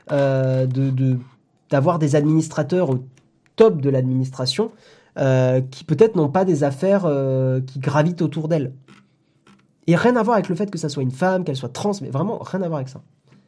d'avoir des administrateurs au top de l'administration qui peut-être n'ont pas des affaires qui gravitent autour d'elle. Et rien à voir avec le fait que ça soit une femme, qu'elle soit trans, mais vraiment rien à voir avec ça.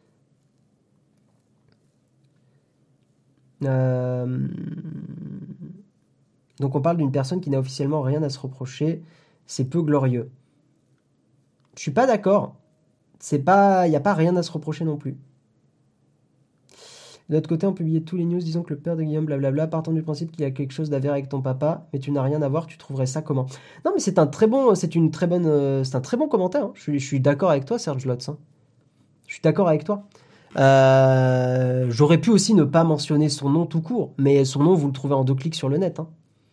Donc on parle d'une personne qui n'a officiellement rien à se reprocher. C'est peu glorieux. Je suis pas d'accord. Il n'y a pas rien à se reprocher non plus. De l'autre côté, on publiait tous les news disant que le père de Guillaume, blablabla, partant du principe qu'il y a quelque chose d'avéré avec ton papa, mais tu n'as rien à voir, tu trouverais ça comment? Non, mais c'est un très bon commentaire. Hein. Je suis d'accord avec toi, Serge Lotz. Hein. Je suis d'accord avec toi. J'aurais pu aussi ne pas mentionner son nom tout court, mais son nom, vous le trouvez en 2 clics sur le net. Hein.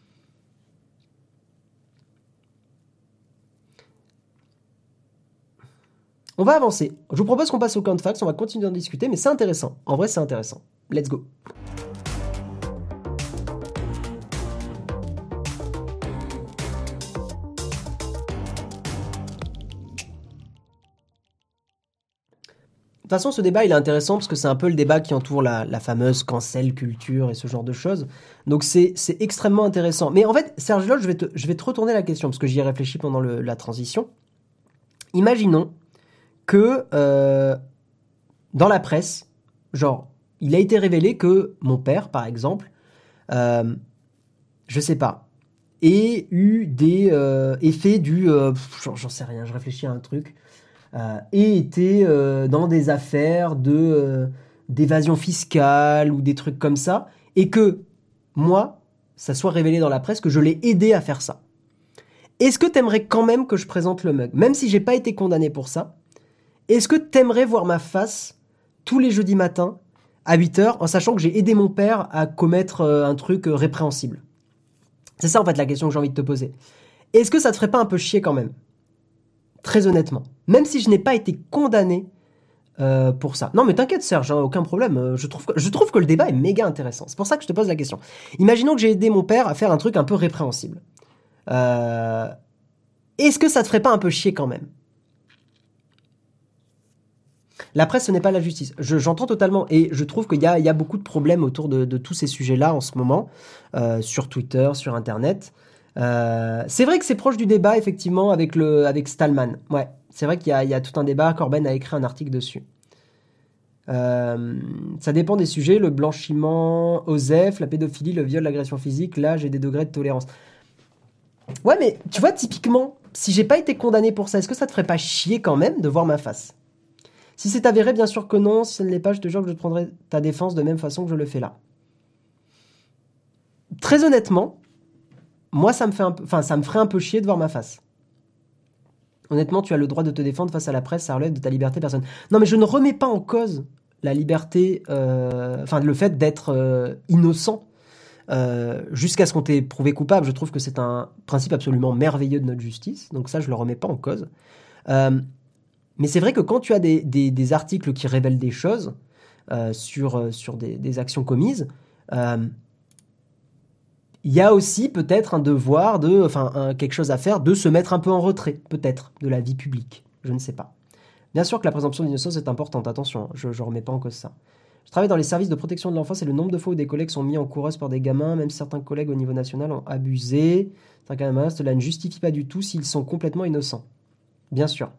On va avancer. Je vous propose qu'on passe au camp de fax, on va continuer d'en discuter, mais c'est intéressant. En vrai, c'est intéressant. Let's go. De toute façon, ce débat, il est intéressant parce que c'est un peu le débat qui entoure la fameuse cancel culture et ce genre de choses. Donc c'est extrêmement intéressant. Mais en fait, Serge Lodge, je vais te retourner la question parce que j'y ai réfléchi pendant la transition. Imaginons que dans la presse, genre, il a été révélé que mon père, par exemple, je sais pas, ait eu des effets j'en sais rien, je réfléchis à un truc, et été dans des affaires d'évasion fiscale ou des trucs comme ça, et que moi, ça soit révélé dans la presse que je l'ai aidé à faire ça. Est-ce que t'aimerais quand même que je présente le mug, même si j'ai pas été condamné pour ça? Est-ce que t'aimerais voir ma face tous les jeudis matins à 8h en sachant que j'ai aidé mon père à commettre un truc répréhensible? C'est ça en fait la question que j'ai envie de te poser. Est-ce que ça te ferait pas un peu chier quand même? Très honnêtement. Même si je n'ai pas été condamné pour ça. Non mais t'inquiète Serge, hein, aucun problème. Je trouve que le débat est méga intéressant. C'est pour ça que je te pose la question. Imaginons que j'ai aidé mon père à faire un truc un peu répréhensible. Est-ce que ça te ferait pas un peu chier quand même? La presse, ce n'est pas la justice. J'entends totalement. Et je trouve qu'il y a beaucoup de problèmes autour de tous ces sujets-là en ce moment, sur Twitter, sur Internet. C'est vrai que c'est proche du débat, effectivement, avec Stallman. Ouais, c'est vrai qu'il y a tout un débat. Corben a écrit un article dessus. Ça dépend des sujets. Le blanchiment, OSEF, la pédophilie, le viol, l'agression physique, l'âge et des degrés de tolérance. Ouais, mais tu vois, typiquement, si j'ai pas été condamné pour ça, est-ce que ça te ferait pas chier quand même de voir ma face? Si c'est avéré, bien sûr que non. Si ça ne l'est pas, je te jure que je te prendrai ta défense de même façon que je le fais là. Très honnêtement, moi, ça me ferait un peu chier de voir ma face. Honnêtement, tu as le droit de te défendre face à la presse, ça relève de ta liberté personnelle. Non, mais je ne remets pas en cause la liberté, le fait d'être innocent jusqu'à ce qu'on t'ait prouvé coupable. Je trouve que c'est un principe absolument merveilleux de notre justice. Donc ça, je le remets pas en cause. Mais c'est vrai que quand tu as des articles qui révèlent des choses sur des actions commises, il y a aussi peut-être un devoir quelque chose à faire de se mettre un peu en retrait, peut-être, de la vie publique. Je ne sais pas. Bien sûr que la présomption d'innocence est importante, attention, je ne remets pas en cause ça. Je travaille dans les services de protection de l'enfance et le nombre de fois où des collègues sont mis en coureuse par des gamins, même certains collègues au niveau national ont abusé. Cela ne justifie pas du tout s'ils sont complètement innocents. Bien sûr.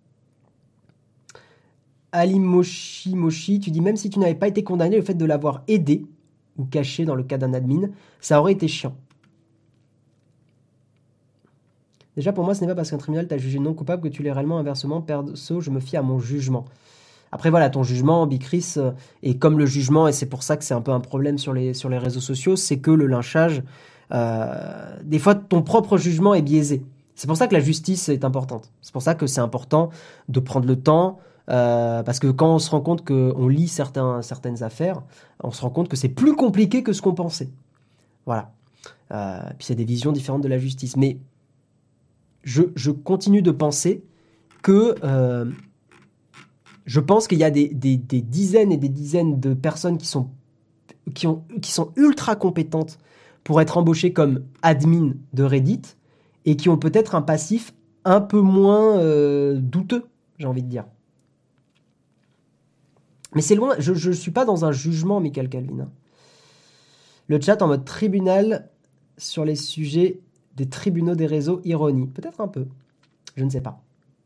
Ali Moshi, tu dis même si tu n'avais pas été condamné, le fait de l'avoir aidé ou caché dans le cas d'un admin, ça aurait été chiant. Déjà, pour moi, ce n'est pas parce qu'un tribunal t'a jugé non coupable que tu l'es réellement. Inversement, perso, je me fie à mon jugement. Après, voilà, ton jugement, Bicris, est comme le jugement, et c'est pour ça que c'est un peu un problème sur les réseaux sociaux, c'est que le lynchage, des fois, ton propre jugement est biaisé. C'est pour ça que la justice est importante. C'est pour ça que c'est important de prendre le temps, parce que quand on se rend compte qu'on lit certaines affaires, on se rend compte que c'est plus compliqué que ce qu'on pensait. Voilà. Puis c'est des visions différentes de la justice. Mais je continue de penser que je pense qu'il y a des dizaines et des dizaines de personnes qui sont ultra compétentes pour être embauchées comme admin de Reddit et qui ont peut-être un passif un peu moins douteux, j'ai envie de dire. Mais c'est loin, je suis pas dans un jugement, Michael Calvin. Hein. Le chat en mode tribunal sur les sujets des tribunaux des réseaux, ironie. Peut-être un peu. Je ne sais pas.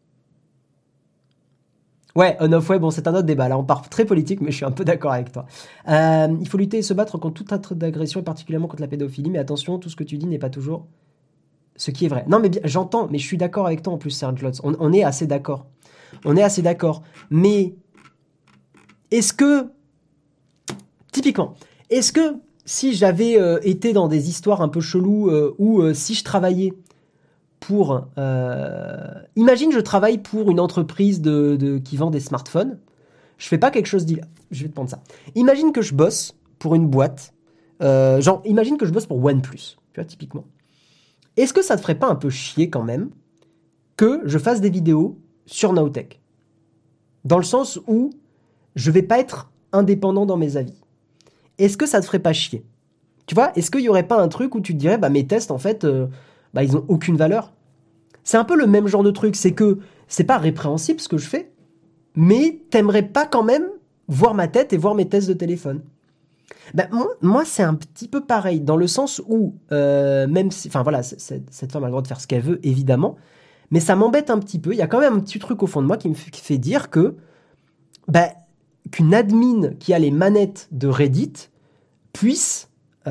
Ouais, on-off, ouais, bon, c'est un autre débat. Là, on part très politique, mais je suis un peu d'accord avec toi. Il faut lutter et se battre contre tout acte d'agression, et particulièrement contre la pédophilie. Mais attention, tout ce que tu dis n'est pas toujours ce qui est vrai. Non, mais bien, j'entends, mais je suis d'accord avec toi en plus, Serge Lotz. On est assez d'accord. On est assez d'accord. Mais est-ce que, typiquement, est-ce que si j'avais été dans des histoires un peu cheloues ou si je travaillais pour... imagine je travaille pour une entreprise qui vend des smartphones. Je fais pas quelque chose d'illégal. Je vais te prendre ça. Imagine que je bosse pour une boîte. Imagine que je bosse pour OnePlus. Tu vois, typiquement. Est-ce que ça te ferait pas un peu chier quand même que je fasse des vidéos sur Nowtech? Dans le sens où je vais pas être indépendant dans mes avis. Est-ce que ça te ferait pas chier? Tu vois, est-ce qu'il y aurait pas un truc où tu te dirais, bah mes tests en fait, ils ont aucune valeur? C'est un peu le même genre de truc, c'est que c'est pas répréhensible ce que je fais, mais t'aimerais pas quand même voir ma tête et voir mes tests de téléphone. Ben, moi c'est un petit peu pareil, dans le sens où, même si, enfin voilà, cette femme a le droit de faire ce qu'elle veut, évidemment, mais ça m'embête un petit peu, il y a quand même un petit truc au fond de moi qui me fait dire que, qu'une admin qui a les manettes de Reddit puisse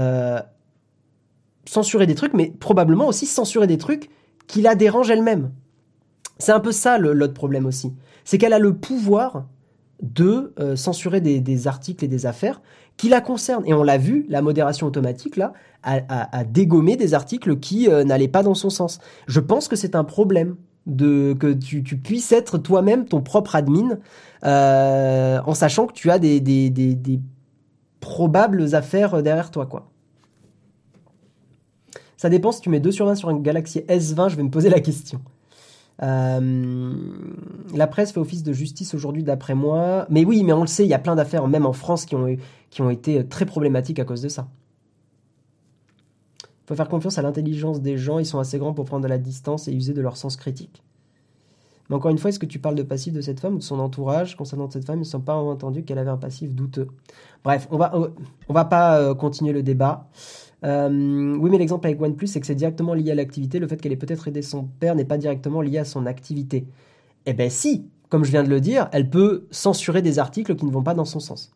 censurer des trucs, mais probablement aussi censurer des trucs qui la dérangent elle-même. C'est un peu ça l'autre problème aussi. C'est qu'elle a le pouvoir de censurer des articles et des affaires qui la concernent. Et on l'a vu, la modération automatique, là, a dégommé des articles qui n'allaient pas dans son sens. Je pense que c'est un problème que tu puisses être toi-même ton propre admin en sachant que tu as des probables affaires derrière toi, quoi. Ça dépend si tu mets 2 sur 20 sur une Galaxy S20, je vais me poser la question. La presse fait office de justice aujourd'hui d'après moi. Mais oui, mais on le sait, il y a plein d'affaires, même en France, qui ont été très problématiques à cause de ça. Il faut faire confiance à l'intelligence des gens, ils sont assez grands pour prendre de la distance et user de leur sens critique. Mais encore une fois, est-ce que tu parles de passif de cette femme ou de son entourage? Concernant cette femme, ils ne sont pas entendu qu'elle avait un passif douteux. Bref, on va pas continuer le débat. Oui, mais l'exemple avec OnePlus, c'est que c'est directement lié à l'activité. Le fait qu'elle ait peut-être aidé son père n'est pas directement lié à son activité. Eh ben si, comme je viens de le dire, elle peut censurer des articles qui ne vont pas dans son sens.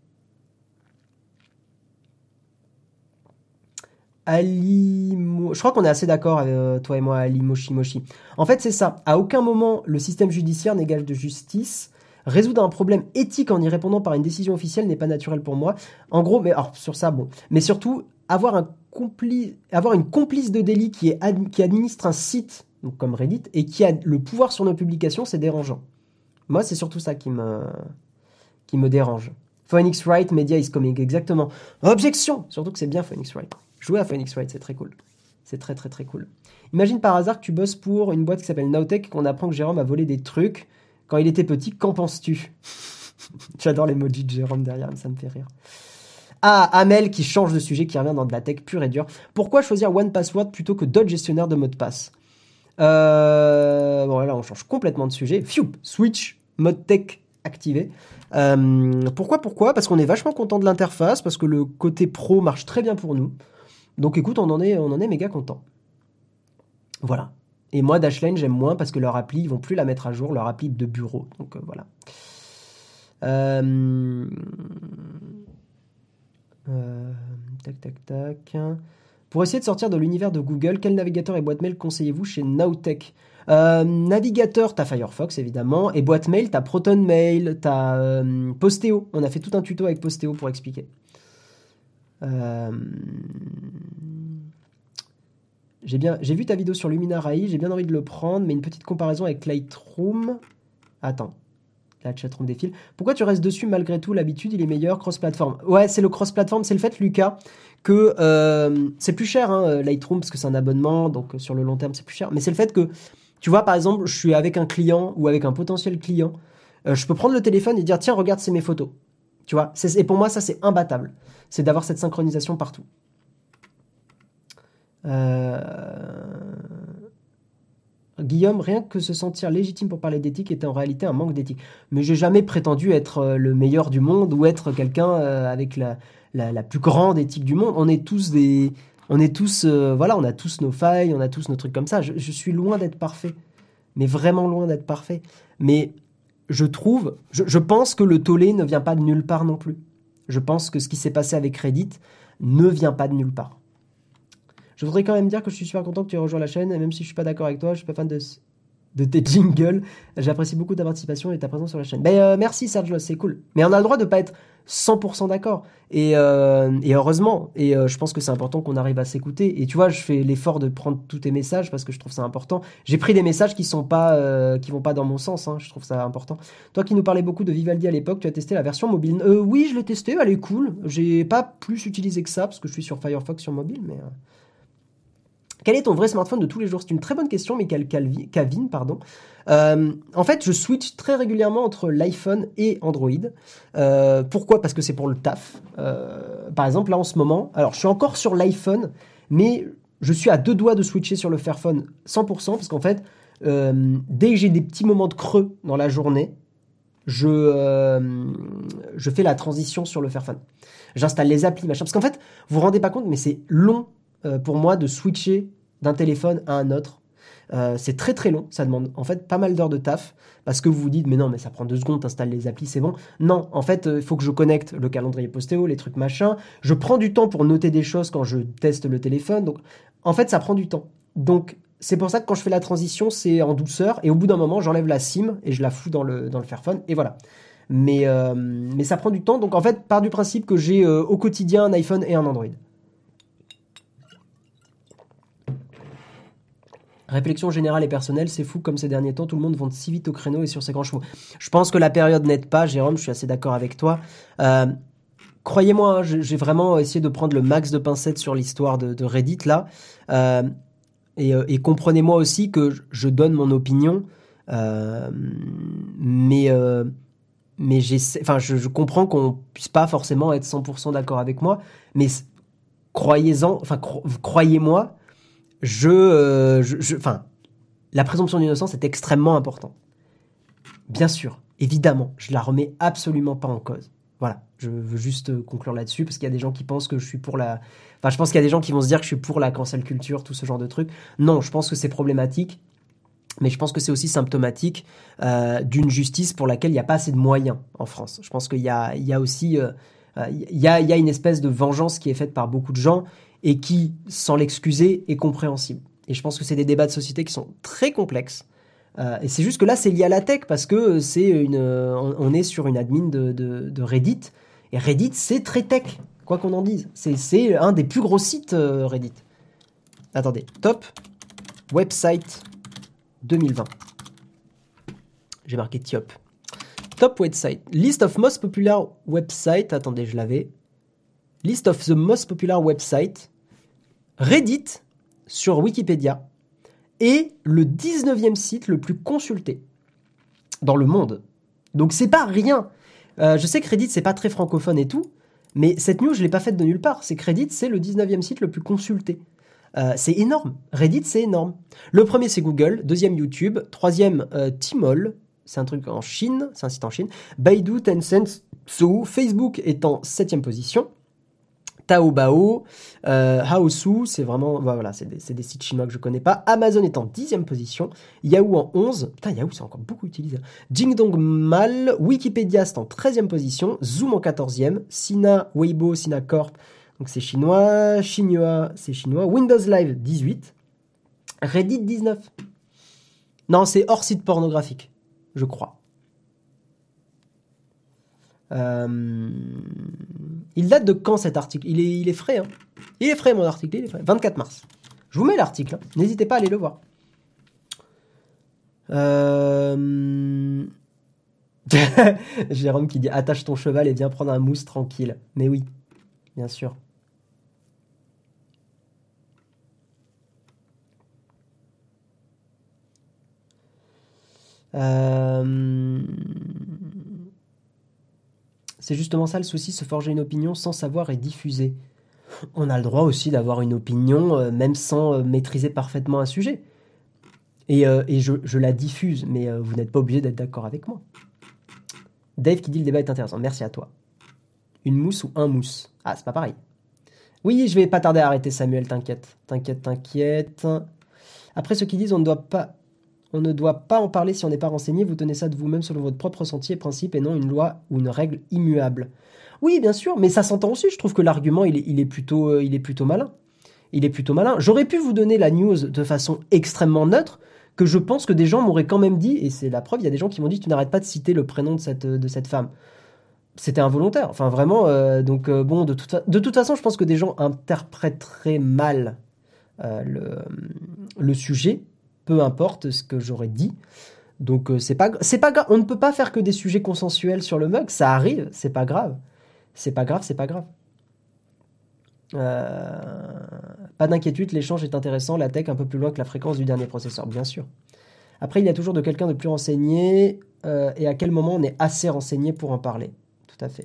Je crois qu'on est assez d'accord, toi et moi, Ali Moshi. En fait, c'est ça. À aucun moment, le système judiciaire n'égage de justice. Résoudre un problème éthique en y répondant par une décision officielle n'est pas naturel pour moi. En gros, mais alors, sur ça, bon. Mais surtout, avoir une complice de délit qui administre un site, donc comme Reddit, et qui a le pouvoir sur nos publications, c'est dérangeant. Moi, c'est surtout ça qui me dérange. Phoenix Wright, Media is coming, exactement. Objection! Surtout que c'est bien Phoenix Wright. Jouer à Phoenix Wright, c'est très cool. C'est très très très cool. Imagine par hasard que tu bosses pour une boîte qui s'appelle Nowtech et qu'on apprend que Jérôme a volé des trucs quand il était petit. Qu'en penses-tu? J'adore l'emoji de Jérôme derrière, ça me fait rire. Ah, Amel qui change de sujet, qui revient dans de la tech pure et dure. Pourquoi choisir OnePassword plutôt que d'autres gestionnaires de mots de passe? Bon, là, on change complètement de sujet. Pfiou, switch, mode tech activé. Pourquoi? Parce qu'on est vachement content de l'interface, parce que le côté pro marche très bien pour nous. Donc écoute, on en est méga content. Voilà. Et moi, Dashlane, j'aime moins parce que leur appli, ils vont plus la mettre à jour, leur appli de bureau. Donc voilà. Tac. Pour essayer de sortir de l'univers de Google, quel navigateur et boîte mail conseillez-vous chez Nowtech? Navigateur, t'as Firefox évidemment, et boîte mail, t'as ProtonMail, t'as Posteo. On a fait tout un tuto avec Posteo pour expliquer. J'ai vu ta vidéo sur Luminar AI, j'ai bien envie de le prendre, mais une petite comparaison avec Lightroom. Attends, la chatroom défile. Pourquoi tu restes dessus malgré tout? L'habitude, il est meilleur cross-platform. Ouais, c'est le cross-platform, c'est le fait, Lucas, que c'est plus cher, hein, Lightroom, parce que c'est un abonnement, donc sur le long terme, c'est plus cher. Mais c'est le fait que, tu vois, par exemple, je suis avec un client ou avec un potentiel client, je peux prendre le téléphone et dire, tiens, regarde, c'est mes photos. Tu vois, et pour moi, ça, c'est imbattable. C'est d'avoir cette synchronisation partout. Guillaume, rien que se sentir légitime pour parler d'éthique est en réalité un manque d'éthique. Mais j'ai jamais prétendu être le meilleur du monde ou être quelqu'un avec la plus grande éthique du monde. On est tous voilà, on a tous nos failles, on a tous nos trucs comme ça. Je suis loin d'être parfait, mais vraiment loin d'être parfait. Mais je pense que le tollé ne vient pas de nulle part non plus. Je pense que ce qui s'est passé avec Reddit ne vient pas de nulle part. Je voudrais quand même dire que je suis super content que tu aies rejoint la chaîne, et même si je suis pas d'accord avec toi, je suis pas fan de tes jingles. J'apprécie beaucoup ta participation et ta présence sur la chaîne. Merci Sergio, c'est cool. Mais on a le droit de pas être 100% d'accord. Et heureusement. Et je pense que c'est important qu'on arrive à s'écouter. Et tu vois, je fais l'effort de prendre tous tes messages parce que je trouve ça important. J'ai pris des messages qui vont pas dans mon sens. Hein. Je trouve ça important. Toi qui nous parlais beaucoup de Vivaldi à l'époque, tu as testé la version mobile. Oui, je l'ai testé. Elle est cool. J'ai pas plus utilisé que ça parce que je suis sur Firefox sur mobile, mais. Quel est ton vrai smartphone de tous les jours? C'est une très bonne question, Michael Cavin, pardon. En fait, je switch très régulièrement entre l'iPhone et Android. Pourquoi? Parce que c'est pour le taf. Par exemple, là, en ce moment, alors je suis encore sur l'iPhone, mais je suis à deux doigts de switcher sur le Fairphone 100%, parce qu'en fait, dès que j'ai des petits moments de creux dans la journée, je fais la transition sur le Fairphone. J'installe les applis, machin. Parce qu'en fait, vous vous rendez pas compte, mais c'est long pour moi de switcher d'un téléphone à un autre. C'est très très long, ça demande en fait pas mal d'heures de taf, parce que vous vous dites mais non mais ça prend 2 secondes, t'installes les applis, c'est bon. Non, en fait il faut que je connecte le calendrier Posteo, les trucs machin, je prends du temps pour noter des choses quand je teste le téléphone, donc en fait ça prend du temps. Donc c'est pour ça que quand je fais la transition, c'est en douceur, et au bout d'un moment j'enlève la SIM et je la fous dans le Fairphone, et voilà. Mais ça prend du temps, donc en fait part du principe que j'ai au quotidien un iPhone et un Android. Réflexion générale et personnelle, c'est fou comme ces derniers temps, tout le monde monte si vite au créneau et sur ses grands chevaux. Je pense que la période n'aide pas, Jérôme, je suis assez d'accord avec toi. Croyez-moi, hein, j'ai vraiment essayé de prendre le max de pincettes sur l'histoire de Reddit, là. Et comprenez-moi aussi que je donne mon opinion, mais je comprends qu'on puisse pas forcément être 100% d'accord avec moi, mais croyez-moi, la présomption d'innocence est extrêmement importante. Bien sûr, évidemment, je la remets absolument pas en cause. Voilà, je veux juste conclure là-dessus, parce qu'il y a des gens qui pensent que je suis pour la... Enfin, je pense qu'il y a des gens qui vont se dire que je suis pour la cancel culture, tout ce genre de trucs. Non, je pense que c'est problématique, mais je pense que c'est aussi symptomatique d'une justice pour laquelle il n'y a pas assez de moyens en France. Je pense qu'il y a aussi... il y a une espèce de vengeance qui est faite par beaucoup de gens, et qui, sans l'excuser, est compréhensible. Et je pense que c'est des débats de société qui sont très complexes. Et c'est juste que là, c'est lié à la tech, parce que on est sur une admin de Reddit, et Reddit, c'est très tech, quoi qu'on en dise. C'est un des plus gros sites, Reddit. Attendez, top website 2020. J'ai marqué TIOP. Top website. List of most popular website. Attendez, je l'avais. List of the most popular website. Reddit sur Wikipédia est le 19e site le plus consulté dans le monde. Donc c'est pas rien. Je sais que Reddit c'est pas très francophone et tout, mais cette news je l'ai pas faite de nulle part. C'est que Reddit c'est le 19e site le plus consulté. C'est énorme. Reddit c'est énorme. Le premier c'est Google, deuxième YouTube, troisième Tmall, c'est un truc en Chine, c'est un site en Chine. Baidu, Tencent, Zhou, Facebook est en 7e position. Taobao, Haosu, c'est vraiment, voilà, c'est des sites chinois que je connais pas. Amazon est en 10e position. Yahoo en 11. Putain, Yahoo, c'est encore beaucoup utilisé. Jingdong Mal, Wikipédia, c'est en 13e position. Zoom en 14e. Sina, Weibo, Sina Corp, Donc c'est chinois, c'est chinois. Windows Live 18. Reddit 19. Non, c'est hors site pornographique, je crois. Il date de quand cet article? Il est frais, hein. Il est frais, mon article, il est frais. 24 mars. Je vous mets l'article, hein. N'hésitez pas à aller le voir. Jérôme qui dit attache ton cheval et viens prendre un mousse tranquille. Mais oui, bien sûr. C'est justement ça le souci, se forger une opinion sans savoir et diffuser. On a le droit aussi d'avoir une opinion, même sans maîtriser parfaitement un sujet. Et je la diffuse, mais vous n'êtes pas obligé d'être d'accord avec moi. Dave qui dit le débat est intéressant. Merci à toi. Une mousse ou un mousse? Ah, c'est pas pareil. Oui, je vais pas tarder à arrêter, Samuel, t'inquiète. T'inquiète. Après, ceux qui disent on ne doit pas en parler si on n'est pas renseigné, vous tenez ça de vous-même selon votre propre ressenti et principe et non une loi ou une règle immuable. Oui, bien sûr, mais ça s'entend aussi. Je trouve que l'argument, il est plutôt malin. Il est plutôt malin. J'aurais pu vous donner la news de façon extrêmement neutre, que je pense que des gens m'auraient quand même dit, et c'est la preuve, il y a des gens qui m'ont dit tu n'arrêtes pas de citer le prénom de cette femme. C'était involontaire. Enfin, vraiment, bon, de toute façon, je pense que des gens interpréteraient mal le sujet, peu importe ce que j'aurais dit. Donc, c'est pas grave. On ne peut pas faire que des sujets consensuels sur le mug. Ça arrive, c'est pas grave. C'est pas grave. Pas d'inquiétude, l'échange est intéressant, la tech un peu plus loin que la fréquence du dernier processeur, bien sûr. Après, il y a toujours de quelqu'un de plus renseigné, et à quel moment on est assez renseigné pour en parler. Tout à fait.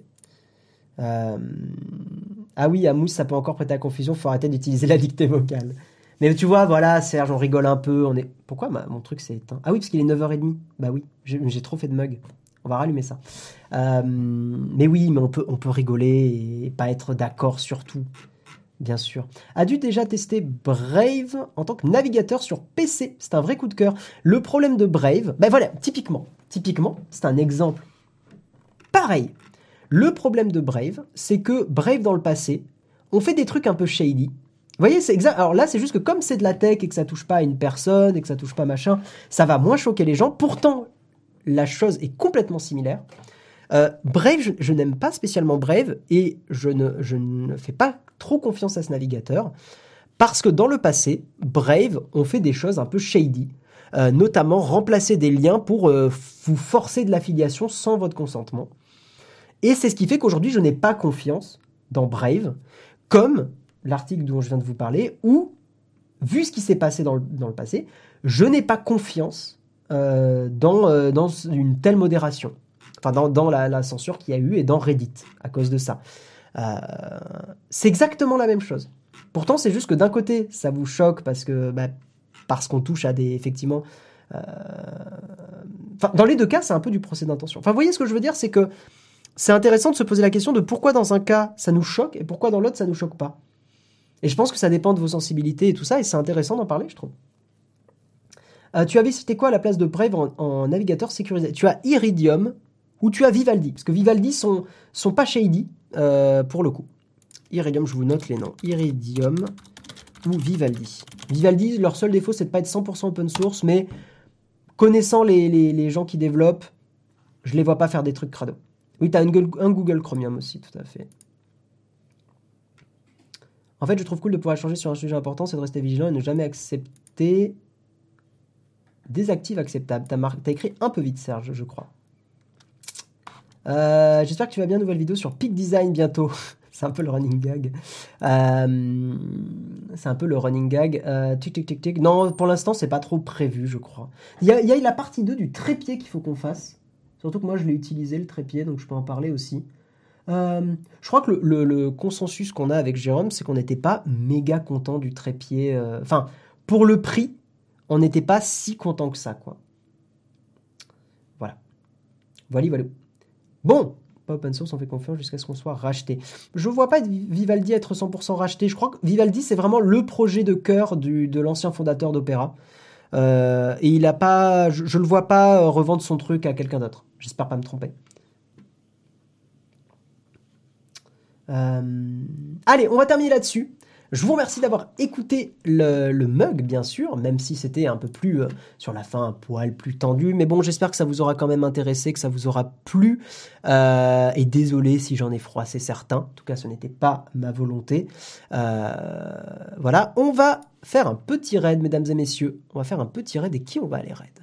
Ah oui, à Mousse, ça peut encore prêter à confusion, faut arrêter d'utiliser la dictée vocale. Mais tu vois, voilà, Serge, on rigole un peu, Pourquoi mon truc s'est éteint? Ah oui, parce qu'il est 9h30. Bah oui, j'ai trop fait de mug. On va rallumer ça. Mais oui, mais on peut rigoler et pas être d'accord sur tout. Bien sûr. As-tu déjà testé Brave en tant que navigateur sur PC? C'est un vrai coup de cœur. Le problème de Brave, ben voilà, typiquement, c'est un exemple. Pareil. Le problème de Brave, c'est que Brave dans le passé, on fait des trucs un peu shady. Vous voyez, c'est exact. Alors là, c'est juste que comme c'est de la tech et que ça touche pas à une personne et que ça touche pas machin, ça va moins choquer les gens. Pourtant, la chose est complètement similaire. Brave, je n'aime pas spécialement Brave et je ne fais pas trop confiance à ce navigateur parce que dans le passé, Brave ont fait des choses un peu shady, notamment remplacer des liens pour vous forcer de l'affiliation sans votre consentement. Et c'est ce qui fait qu'aujourd'hui, je n'ai pas confiance dans Brave, comme l'article dont je viens de vous parler, où, vu ce qui s'est passé dans le passé, je n'ai pas confiance dans une telle modération. Enfin, dans la censure qu'il y a eu et dans Reddit, à cause de ça. C'est exactement la même chose. Pourtant, c'est juste que d'un côté, ça vous choque parce qu'on touche à des, effectivement... dans les deux cas, c'est un peu du procès d'intention. Enfin, vous voyez ce que je veux dire, c'est que c'est intéressant de se poser la question de pourquoi dans un cas, ça nous choque et pourquoi dans l'autre, ça nous choque pas. Et je pense que ça dépend de vos sensibilités et tout ça, et c'est intéressant d'en parler, je trouve. Tu avais cité quoi à la place de Brave en navigateur sécurisé? Tu as Iridium ou tu as Vivaldi, parce que Vivaldi sont pas shady pour le coup. Iridium, je vous note les noms. Iridium ou Vivaldi. Vivaldi, leur seul défaut, c'est de pas être 100% open source, mais connaissant les gens qui développent, je les vois pas faire des trucs crado. Oui, tu as un Google Chromium aussi, tout à fait. En fait, je trouve cool de pouvoir échanger sur un sujet important, c'est de rester vigilant et ne jamais accepter... Désactive acceptable. T'as écrit un peu vite, Serge, je crois. J'espère que tu vas bien. Nouvelle vidéo sur Peak Design bientôt. C'est un peu le running gag. Tic. Non, pour l'instant, c'est pas trop prévu, je crois. Il y a la partie 2 du trépied qu'il faut qu'on fasse. Surtout que moi, je l'ai utilisé, le trépied, donc je peux en parler aussi. Je crois que le consensus qu'on a avec Jérôme, c'est qu'on n'était pas méga content du trépied. Enfin, pour le prix, on n'était pas si content que ça, quoi. Voilà. Voilà. Bon, pas open source, on fait confiance jusqu'à ce qu'on soit racheté. Je vois pas Vivaldi être 100% racheté. Je crois que Vivaldi, c'est vraiment le projet de cœur de l'ancien fondateur d'Opéra. Et il a pas... Je le vois pas revendre son truc à quelqu'un d'autre. J'espère pas me tromper. Allez, on va terminer là-dessus. Je vous remercie d'avoir écouté le mug, bien sûr, même si c'était un peu plus, sur la fin, un poil plus tendu. Mais bon, j'espère que ça vous aura quand même intéressé, que ça vous aura plu. Et désolé si j'en ai froissé certains. En tout cas, ce n'était pas ma volonté. Voilà, on va faire un petit raid, mesdames et messieurs. On va faire un petit raid. Et qui on va aller raid?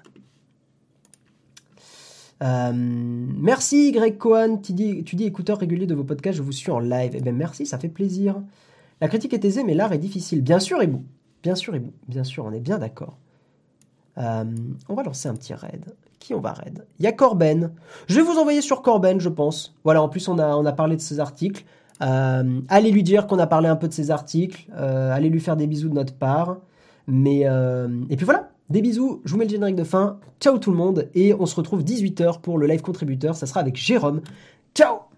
Merci Greg Cohen, tu dis écouteur régulier de vos podcasts, je vous suis en live. Eh bien merci, ça fait plaisir. La critique est aisée, mais l'art est difficile. Bien sûr, Ebou. Bien sûr, Ebou. Bien sûr, on est bien d'accord. On va lancer un petit raid. Qui on va raid? Il y a Corben. Je vais vous envoyer sur Corben, je pense. Voilà, en plus, on a parlé de ses articles. Allez lui dire qu'on a parlé un peu de ses articles. Allez lui faire des bisous de notre part. Et puis voilà. Des bisous, je vous mets le générique de fin. Ciao tout le monde. Et on se retrouve 18h pour le live contributeur. Ça sera avec Jérôme. Ciao!